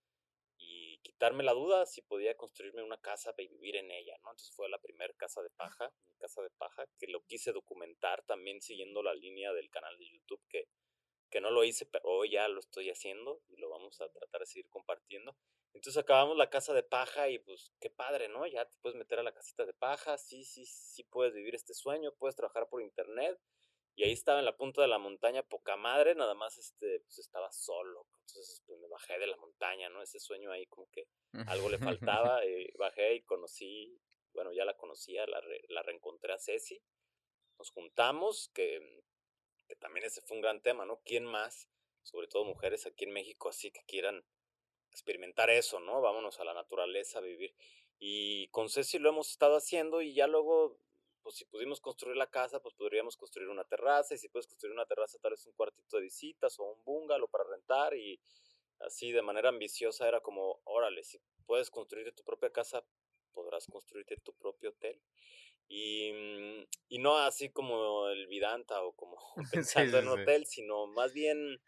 y quitarme la duda si podía construirme una casa y vivir en ella, ¿no? Entonces fue la primera casa de paja, mi casa de paja, que lo quise documentar también siguiendo la línea del canal de YouTube, que, que no lo hice, pero hoy ya lo estoy haciendo y lo vamos a tratar de seguir compartiendo. Entonces acabamos la casa de paja y pues qué padre, ¿no? Ya te puedes meter a la casita de paja, sí, sí, sí puedes vivir este sueño, puedes trabajar por internet. Y ahí estaba en la punta de la montaña, poca madre, nada más este, pues estaba solo. Entonces pues me bajé de la montaña, ¿no? Ese sueño ahí como que algo le faltaba. Eh, bajé y conocí, bueno, ya la conocía, la, re, la reencontré a Ceci. Nos juntamos, que, que también ese fue un gran tema, ¿no? ¿Quién más? Sobre todo mujeres aquí en México, así que quieran experimentar eso, ¿no? Vámonos a la naturaleza a vivir. Y con Ceci lo hemos estado haciendo y ya luego, pues si pudimos construir la casa, pues podríamos construir una terraza y si puedes construir una terraza tal vez un cuartito de visitas o un bungalow para rentar y así de manera ambiciosa era como, órale, si puedes construirte tu propia casa, podrás construirte tu propio hotel. Y, y no así como el Vidanta o como Sí, pensando en sí, un sí. hotel, sino más bien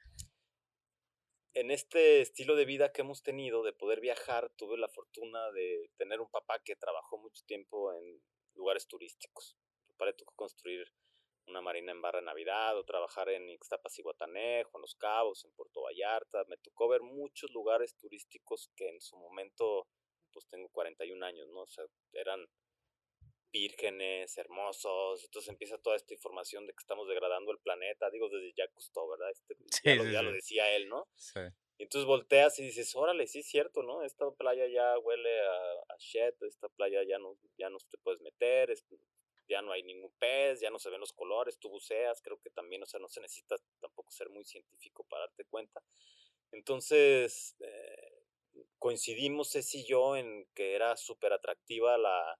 en este estilo de vida que hemos tenido, de poder viajar, tuve la fortuna de tener un papá que trabajó mucho tiempo en lugares turísticos. Me parece que construir una marina en Barra de Navidad o trabajar en Ixtapas y Guatanejo, en Los Cabos, en Puerto Vallarta. Me tocó ver muchos lugares turísticos que en su momento, pues tengo cuarenta y un años, ¿no? O sea, eran vírgenes, hermosos. Entonces empieza toda esta información de que estamos degradando el planeta. Digo, desde Jacques Cousteau, ¿verdad? Este, ya, Sí, lo, sí, ya lo sí. decía él, ¿no? Sí. Y entonces volteas y dices, órale, sí es cierto, ¿no? Esta playa ya huele a, a shit, esta playa ya no, ya no te puedes meter, es, ya no hay ningún pez, ya no se ven los colores, tú buceas, creo que también, o sea, no se necesita tampoco ser muy científico para darte cuenta. Entonces, eh, coincidimos Ceci y yo en que era súper atractiva la,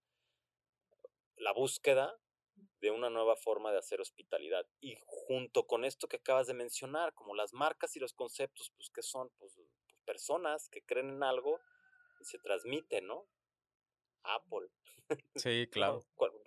la búsqueda de una nueva forma de hacer hospitalidad. Y junto con esto que acabas de mencionar, como las marcas y los conceptos, pues que son pues, pues, personas que creen en algo y se transmite, ¿no? Apple, Sí, claro. ¿no?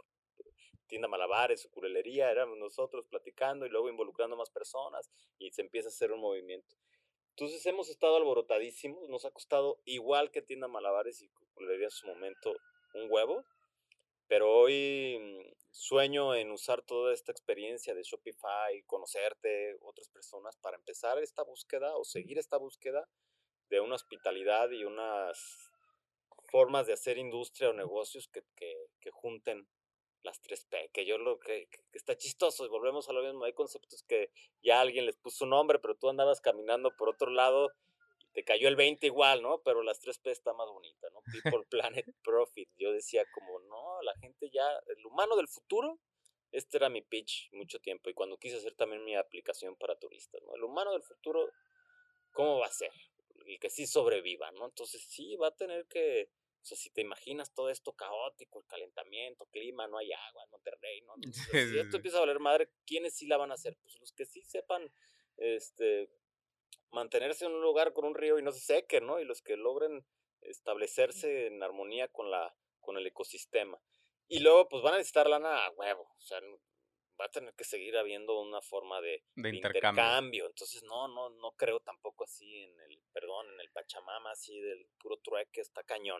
Tienda Malabares, su curelería, éramos nosotros platicando y luego involucrando más personas y se empieza a hacer un movimiento. Entonces hemos estado alborotadísimos, nos ha costado igual que Tienda Malabares y curelería en su momento un huevo, pero hoy sueño en usar toda esta experiencia de Shopify, conocerte, otras personas, para empezar esta búsqueda o seguir esta búsqueda de una hospitalidad y unas formas de hacer industria o negocios que, que, que junten las tres P, que yo lo que, que, está chistoso, y volvemos a lo mismo, hay conceptos que ya alguien les puso un nombre, pero tú andabas caminando por otro lado y te cayó el veinte igual, ¿no? Pero las tres P está más bonita, ¿no? People, Planet, Profit. Yo decía como, no, la gente ya, el humano del futuro, este era mi pitch mucho tiempo, y cuando quise hacer también mi aplicación para turistas, ¿no? El humano del futuro, ¿cómo va a ser? El que sí sobreviva, ¿no? Entonces sí, va a tener que, o sea, si te imaginas todo esto caótico, el calentamiento, clima, no hay agua en Monterrey, ¿no? Sí, Entonces, si sí, esto sí. empieza a valer madre, ¿quiénes sí la van a hacer? Pues los que sí sepan, este, mantenerse en un lugar con un río y no se seque, ¿no? Y los que logren establecerse en armonía con la, con el ecosistema. Y luego, pues van a necesitar lana a huevo, o sea, va a tener que seguir habiendo una forma de, De de intercambio. intercambio. Entonces, no, no, no creo tampoco así en el, perdón, en el Pachamama, así del puro trueque, está cañón.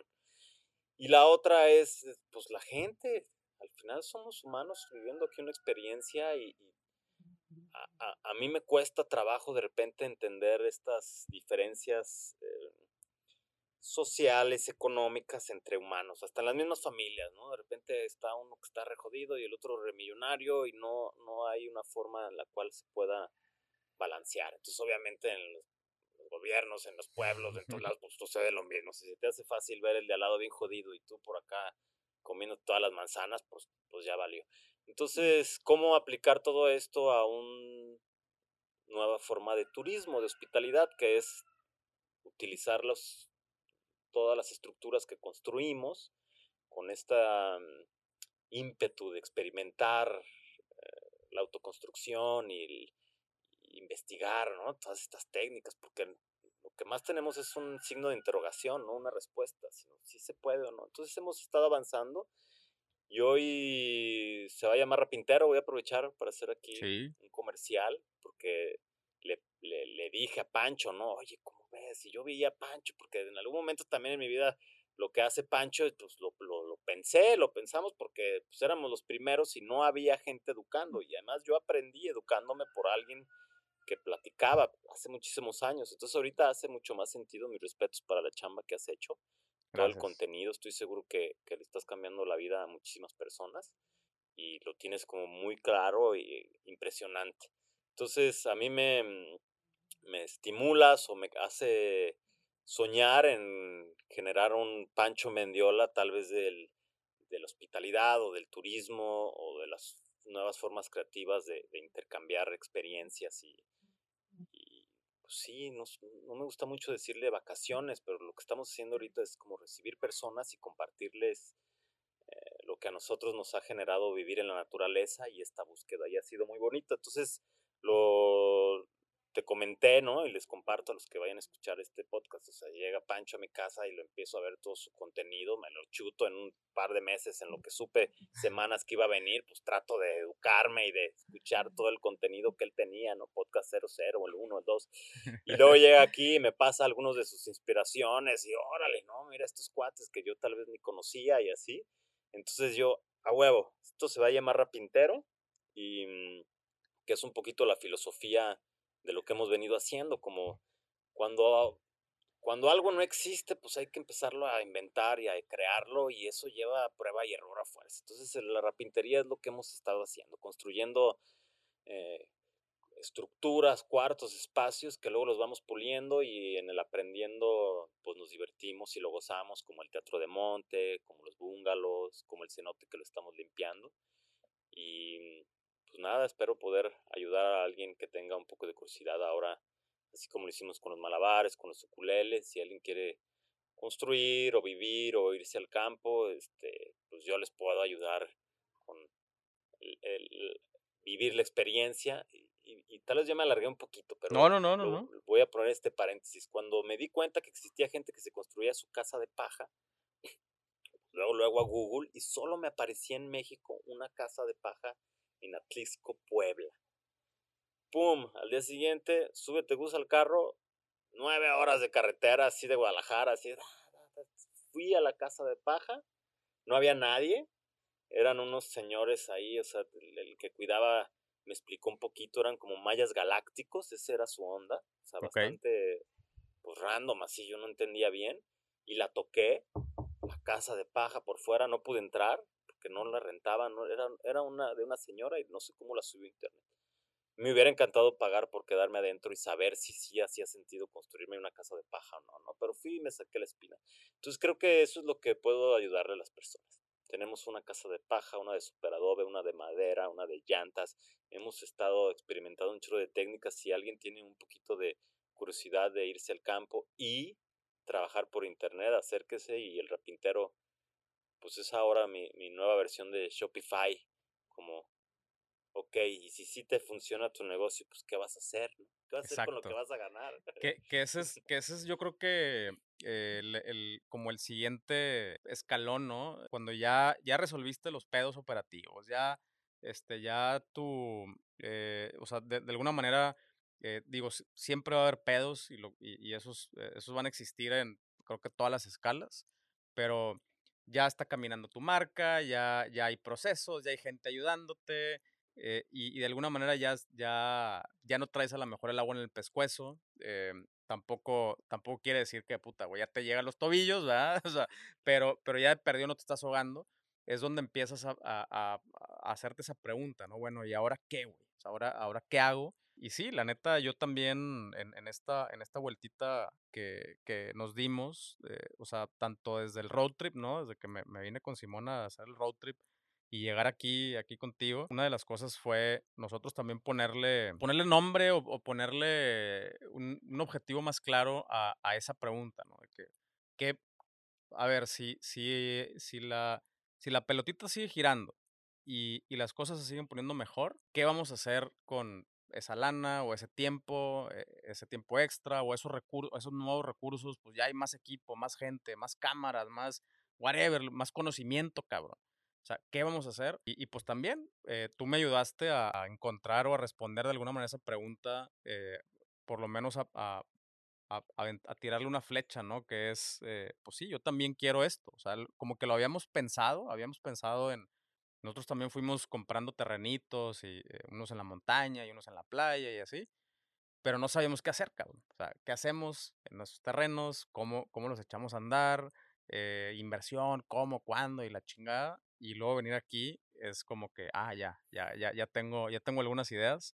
Y la otra es, pues, la gente. Al final somos humanos viviendo aquí una experiencia y, y a, a, a, mí me cuesta trabajo de repente entender estas diferencias eh, sociales, económicas entre humanos, hasta en las mismas familias, ¿no? De repente está uno que está re jodido y el otro re millonario y no, no hay una forma en la cual se pueda balancear. Entonces, obviamente, en los, los gobiernos, en los pueblos, en todos lados, pues sucede lo mismo. Si se te hace fácil ver el de al lado bien jodido y tú por acá comiendo todas las manzanas, pues, pues ya valió. Entonces, ¿cómo aplicar todo esto a una nueva forma de turismo, de hospitalidad, que es utilizar los, todas las estructuras que construimos con esta um, ímpetu de experimentar eh, la autoconstrucción y el, investigar, ¿no? Todas estas técnicas, porque lo que más tenemos es un signo de interrogación, no una respuesta, sino si se puede o no. Entonces hemos estado avanzando y hoy se va a llamar Rapintero. Voy a aprovechar para hacer aquí Sí. un comercial, porque le, le, le dije a Pancho, ¿no? Oye, ¿cómo ves? Si yo veía a Pancho, porque en algún momento también en mi vida lo que hace Pancho, pues lo, lo, lo pensé, lo pensamos porque pues, éramos los primeros y no había gente educando. Y además yo aprendí educándome por alguien que platicaba hace muchísimos años. Entonces ahorita hace mucho más sentido. Mis respetos para la chamba que has hecho, todo el Gracias. contenido. Estoy seguro que, que le estás cambiando la vida a muchísimas personas y lo tienes como muy claro y impresionante. Entonces a mí me, me estimulas o me hace soñar en generar un Pancho Mendiola, tal vez del, de la hospitalidad o del turismo o de las nuevas formas creativas de, de intercambiar experiencias y, y pues sí, no, no me gusta mucho decirle vacaciones, pero lo que estamos haciendo ahorita es como recibir personas y compartirles eh, lo que a nosotros nos ha generado vivir en la naturaleza, y esta búsqueda y ha sido muy bonita. Entonces, lo te comenté, ¿no? Y les comparto a los que vayan a escuchar este podcast. O sea, llega Pancho a mi casa y lo empiezo a ver todo su contenido, me lo chuto en un par de meses, en lo que supe semanas que iba a venir, pues trato de educarme y de escuchar todo el contenido que él tenía, ¿no? Podcast cero cero, el uno, el dos. Y luego llega aquí y me pasa algunos de sus inspiraciones y órale, ¿no? Mira estos cuates que yo tal vez ni conocía y así. Entonces yo, a huevo, esto se va a llamar Rapintero y mm, que es un poquito la filosofía de lo que hemos venido haciendo, como cuando, cuando algo no existe, pues hay que empezarlo a inventar y a crearlo y eso lleva a prueba y error a fuerza. Entonces la rapintería es lo que hemos estado haciendo, construyendo eh, estructuras, cuartos, espacios que luego los vamos puliendo y en el aprendiendo pues nos divertimos y lo gozamos, como el teatro de monte, como los bungalows, como el cenote que lo estamos limpiando. Y pues nada, espero poder ayudar a alguien que tenga un poco de curiosidad ahora, así como lo hicimos con los malabares, con los ukuleles. Si alguien quiere construir o vivir o irse al campo, este, pues yo les puedo ayudar con el, el vivir la experiencia. Y, y, y, tal vez ya me alargué un poquito, No, pero no, no, no, lo, no. voy a poner este paréntesis. Cuando me di cuenta que existía gente que se construía su casa de paja, luego luego a Google y solo me aparecía en México una casa de paja en Atlixco, Puebla. ¡Pum! Al día siguiente, súbete Gus al carro, nueve horas de carretera, así de Guadalajara, así. Fui a la casa de paja, no había nadie, eran unos señores ahí, o sea, el, el que cuidaba me explicó un poquito, eran como mayas galácticos, esa era su onda, o sea, Ok. bastante, pues random, así, yo no entendía bien, y la toqué, la casa de paja por fuera, no pude entrar, porque no la rentaba, no, era, era una de una señora y no sé cómo la subió a internet. Me hubiera encantado pagar por quedarme adentro y saber si sí hacía sentido construirme una casa de paja o no, ¿no? Pero fui y me saqué la espina. Entonces creo que eso es lo que puedo ayudarle a las personas. Tenemos una casa de paja, una de superadobe, una de madera, una de llantas. Hemos estado experimentando un chorro de técnicas. Si alguien tiene un poquito de curiosidad de irse al campo y trabajar por internet, acérquese y el rapintero, pues es ahora mi, mi nueva versión de Shopify, como ok, y si sí te funciona tu negocio, pues ¿qué vas a hacer? ¿No? ¿Qué vas a hacer con lo que Exacto. vas a ganar? Que, que ese es, que ese es yo creo que eh, el, el- como el siguiente escalón, ¿no? Cuando ya, ya resolviste los pedos operativos, ya, este, ya tú, eh, o sea, de, de alguna manera, eh, digo, si- siempre va a haber pedos y, lo, y, y esos, eh, esos van a existir en, creo que todas las escalas, pero ya está caminando tu marca, ya, ya hay procesos, ya hay gente ayudándote, eh, y, y de alguna manera ya, ya, ya no traes a lo mejor el agua en el pescuezo. eh, tampoco, tampoco quiere decir que puta, güey, ya te llegan los tobillos, ¿verdad? O sea, pero, pero ya de perdido no te estás ahogando. Es donde empiezas a, a- a- a hacerte esa pregunta, ¿no? Bueno, ¿y ahora qué, güey? O sea, ahora, ahora qué hago. Y sí, la neta, yo también en, en esta, en esta vueltita que, que nos dimos, eh, o sea, tanto desde el road trip, ¿no? Desde que me, me vine con Simón a hacer el road trip, y llegar aquí, aquí contigo, una de las cosas fue nosotros también ponerle, ponerle nombre o, o ponerle un, un objetivo más claro a, a esa pregunta, ¿no? De que, que, a ver, si, si, si, la, si la pelotita sigue girando y, y las cosas se siguen poniendo mejor, ¿qué vamos a hacer con esa lana o ese tiempo, eh, ese tiempo extra o esos recursos, esos nuevos recursos? Pues ya hay más equipo, más gente, más cámaras, más whatever, más conocimiento, cabrón. O sea, ¿qué vamos a hacer? Y, y pues también eh, tú me ayudaste a, a encontrar o a responder de alguna manera esa pregunta, eh, por lo menos a, a, a, avent- a tirarle una flecha, ¿no? Que es, eh, pues sí, yo también quiero esto. O sea, l- como que lo habíamos pensado, habíamos pensado en, nosotros también fuimos comprando terrenitos, y eh, unos en la montaña y unos en la playa y así, pero no sabíamos qué hacer, cabrón. O sea, ¿qué hacemos en nuestros terrenos? ¿Cómo, cómo los echamos a andar? Eh, inversión, cómo, cuándo y la chingada. Y luego venir aquí es como que, ah, ya, ya, ya, ya tengo, ya tengo algunas ideas.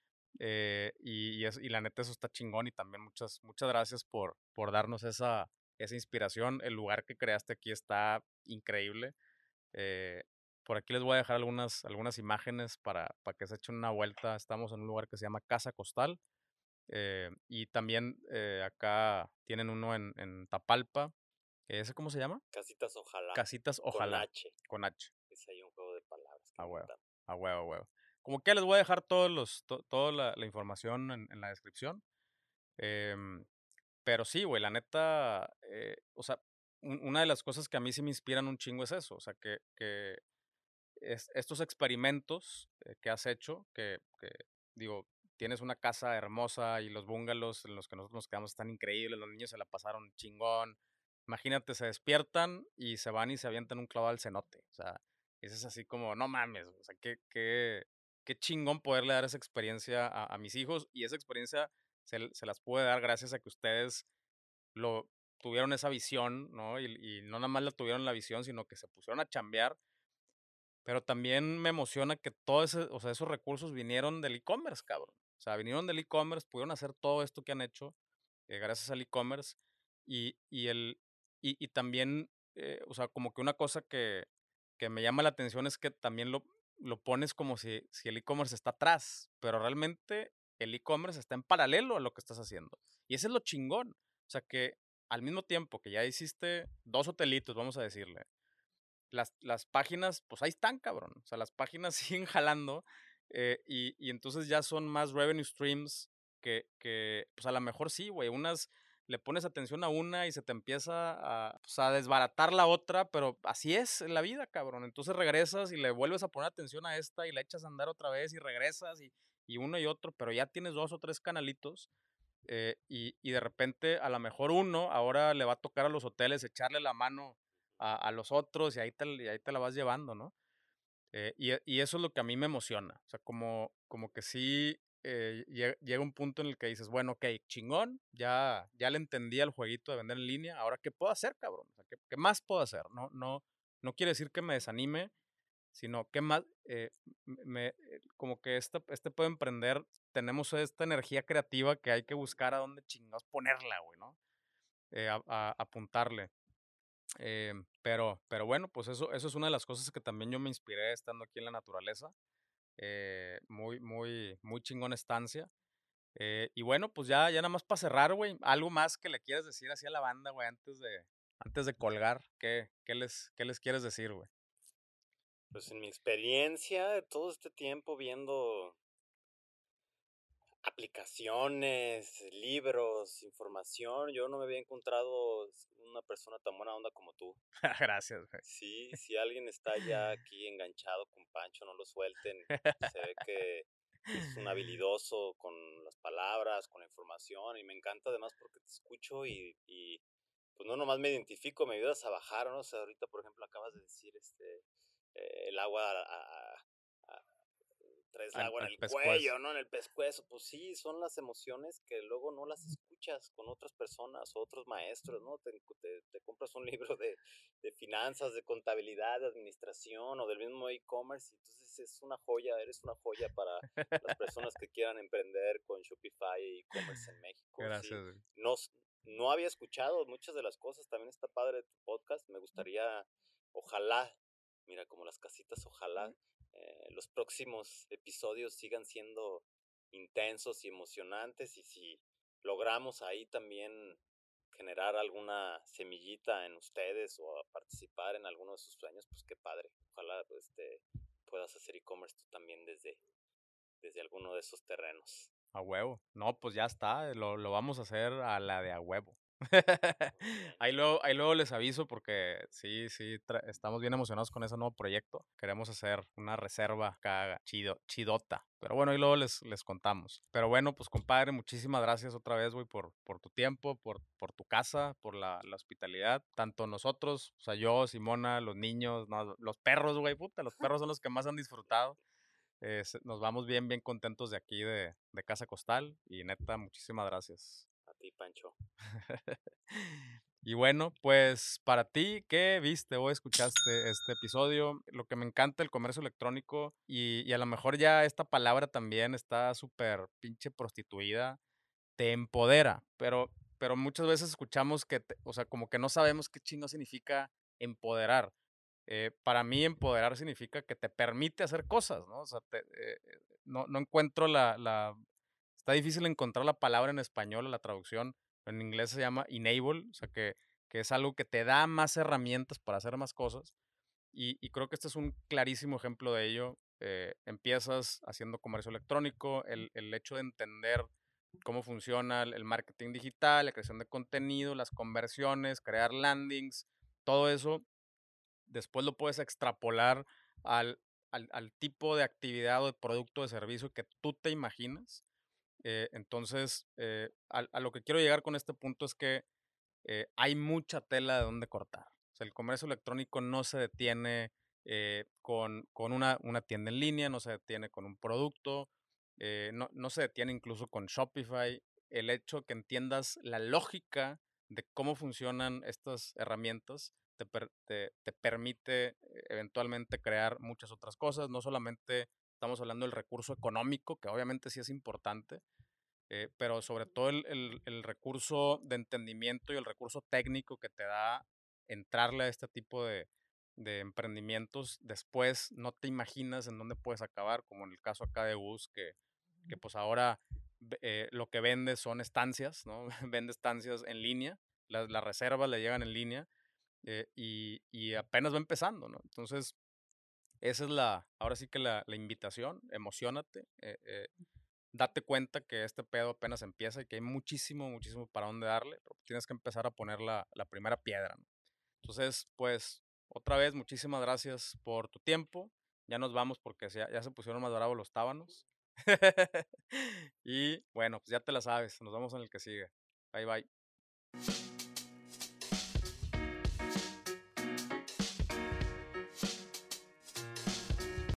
eh, y, y, es- y la neta eso está chingón y también muchas, muchas gracias por, por darnos esa, esa inspiración. El lugar que creaste aquí está increíble. Eh, por aquí les voy a dejar algunas, algunas imágenes para, para que se echen una vuelta. Estamos en un lugar que se llama Casa Costal. eh, y también eh, acá tienen uno en, en Tapalpa. ¿Ese cómo se llama? Casitas ojalá, Casitas con Ojalá, H. con H. Es ahí un juego de palabras que A me huevo, encanta. a huevo, a huevo. Como que les voy a dejar todos los, to- toda la, la información en, en la descripción. Em, pero sí, güey, la neta, eh, o sea, un- una de las cosas que a mí sí me inspiran un chingo es eso. O sea, que, que es- estos experimentos eh, que has hecho, que, que, digo, tienes una casa hermosa y los bungalows en los que nosotros nos quedamos están increíbles, los niños se la pasaron chingón. Imagínate, se despiertan y se van y se avientan un clavado al cenote. O sea, Y eso es así como, no mames, o sea, qué, qué, qué chingón poderle dar esa experiencia a, a mis hijos y esa experiencia se, se las pude dar gracias a que ustedes lo tuvieron esa visión, ¿no? Y, y no nada más la tuvieron la visión, sino que se pusieron a chambear. Pero también me emociona que todos ese, o sea, esos recursos vinieron del e-commerce, cabrón. O sea, vinieron del e-commerce, pudieron hacer todo esto que han hecho eh, gracias al e-commerce. Y, y, el, y, y también, eh, o sea, como que una cosa que, que me llama la atención es que también lo, lo pones como si, si el e-commerce está atrás, pero realmente el e-commerce está en paralelo a lo que estás haciendo. Y ese es lo chingón. O sea, que al mismo tiempo que ya hiciste dos hotelitos, vamos a decirle, las, las páginas, pues ahí están, cabrón. O sea, las páginas siguen jalando eh, y, y entonces ya son más revenue streams que, que pues a lo mejor sí, güey. Unas le pones atención a una y se te empieza a, pues, a desbaratar la otra, pero así es en la vida, cabrón. Entonces regresas y le vuelves a poner atención a esta y la echas a andar otra vez y regresas y, y uno y otro, pero ya tienes dos o tres canalitos eh, y, y de repente a lo mejor uno ahora le va a tocar a los hoteles echarle la mano a, a los otros y ahí, te, y ahí te la vas llevando, ¿no? Eh, y, y eso es lo que a mí me emociona. O sea, como, como que sí eh, llega, llega un punto en el que dices, bueno, ok, chingón, ya, ya le entendí al jueguito de vender en línea, ahora ¿qué puedo hacer, cabrón? O sea, ¿qué, qué más puedo hacer? No, no, no quiere decir que me desanime, sino qué más, eh, me, eh, como que este, este puede emprender, tenemos esta energía creativa que hay que buscar a dónde chingados ponerla, güey, ¿no? Eh, a, a, apuntarle. Eh, pero, pero bueno, pues eso, eso es una de las cosas que también yo me inspiré estando aquí en la naturaleza. Eh, muy, muy, muy chingón estancia. Eh, y bueno, pues ya, ya nada más para cerrar, güey, algo más que le quieras decir así a la banda, güey, antes de, antes de colgar, ¿qué, qué les, qué les quieres decir, güey? Pues en mi experiencia, de todo este tiempo viendo aplicaciones, libros, información, yo no me había encontrado una persona tan buena onda como tú. Gracias, güey. Sí, si alguien está ya aquí enganchado con Pancho, no lo suelten. Se ve que es un habilidoso con las palabras, con la información, y me encanta además porque te escucho y, y pues no nomás me identifico, me ayudas a bajar, ¿no? O sea, ahorita, por ejemplo, acabas de decir este eh, el agua a, a- a- traes el Al, agua en al el pescuezo. cuello, ¿no? En el pescuezo. Pues sí, son las emociones que luego no las escuchas con otras personas o otros maestros, ¿no? Te, te, te compras un libro de, de finanzas, de contabilidad, de administración o del mismo e-commerce y entonces es una joya, eres una joya para las personas que quieran emprender con Shopify e e-commerce en México. Sí, Gracias, güey. no, no había escuchado muchas de las cosas, también está padre tu podcast, me gustaría, ojalá, mira, como las casitas, ojalá eh, los próximos episodios sigan siendo intensos y emocionantes y si logramos ahí también generar alguna semillita en ustedes o a participar en alguno de sus sueños, pues qué padre. Ojalá pues, te puedas hacer e-commerce tú también desde, desde alguno de esos terrenos. A huevo. No, pues ya está, lo, lo vamos a hacer a la de a huevo. Muy bien. Ahí luego, ahí luego les aviso porque sí, sí, tra- estamos bien emocionados con ese nuevo proyecto. Queremos hacer una reserva acá chido, chidota. Pero bueno, ahí luego les, les contamos. Pero bueno, pues compadre, muchísimas gracias otra vez, güey, por, por tu tiempo, por, por tu casa, por la, la hospitalidad. Tanto nosotros, o sea, yo, Simona, los niños, no, los perros, güey, puta, los perros son los que más han disfrutado. Eh, se- nos vamos bien, bien contentos de aquí de, de Casa Costal y neta, muchísimas gracias. A ti, Pancho. Y bueno, pues para ti, ¿qué viste o escuchaste este episodio? Lo que me encanta el comercio electrónico y, y a lo mejor ya esta palabra también está súper pinche prostituida, te empodera, pero, pero muchas veces escuchamos que, te- o sea, como que no sabemos qué chingo significa empoderar. Eh, para mí empoderar significa que te permite hacer cosas, ¿no? O sea, te- eh, eh, no, no encuentro la, la... Está difícil encontrar la palabra en español, la traducción, en inglés se llama enable, o sea, que, que es algo que te da más herramientas para hacer más cosas. Y, y creo que este es un clarísimo ejemplo de ello. Eh, empiezas haciendo comercio electrónico, el, el hecho de entender cómo funciona el el marketing digital, la creación de contenido, las conversiones, crear landings, todo eso después lo puedes extrapolar al, al, al tipo de actividad o de producto o de servicio que tú te imaginas. Eh, entonces, eh, a, a, lo que quiero llegar con este punto es que eh, hay mucha tela de donde cortar. O sea, el comercio electrónico no se detiene eh, con, con una, una tienda en línea, no se detiene con un producto, eh, no, no se detiene incluso con Shopify. El hecho que entiendas la lógica de cómo funcionan estas herramientas te, per- te, te permite eh, eventualmente crear muchas otras cosas. No solamente estamos hablando del recurso económico, que obviamente sí es importante, eh, pero sobre todo el, el- el recurso de entendimiento y el recurso técnico que te da entrarle a este tipo de, de emprendimientos. Después no te imaginas en dónde puedes acabar, como en el caso acá de Gus, que, que pues ahora ve- eh, lo que vende son estancias, ¿no? Vende estancias en línea, las, las reservas le llegan en línea, eh, y, y apenas va empezando, ¿no? Entonces, esa es la, ahora sí que la, la invitación, emocionate, eh, eh, date cuenta que este pedo apenas empieza y que hay muchísimo, muchísimo para dónde darle, pero tienes que empezar a poner la, la primera piedra, ¿no? Entonces, pues, otra vez, muchísimas gracias por tu tiempo. Ya nos vamos porque ya, ya se pusieron más bravos los tábanos. Y bueno, pues ya te la sabes. Nos vemos en el que sigue. Bye bye.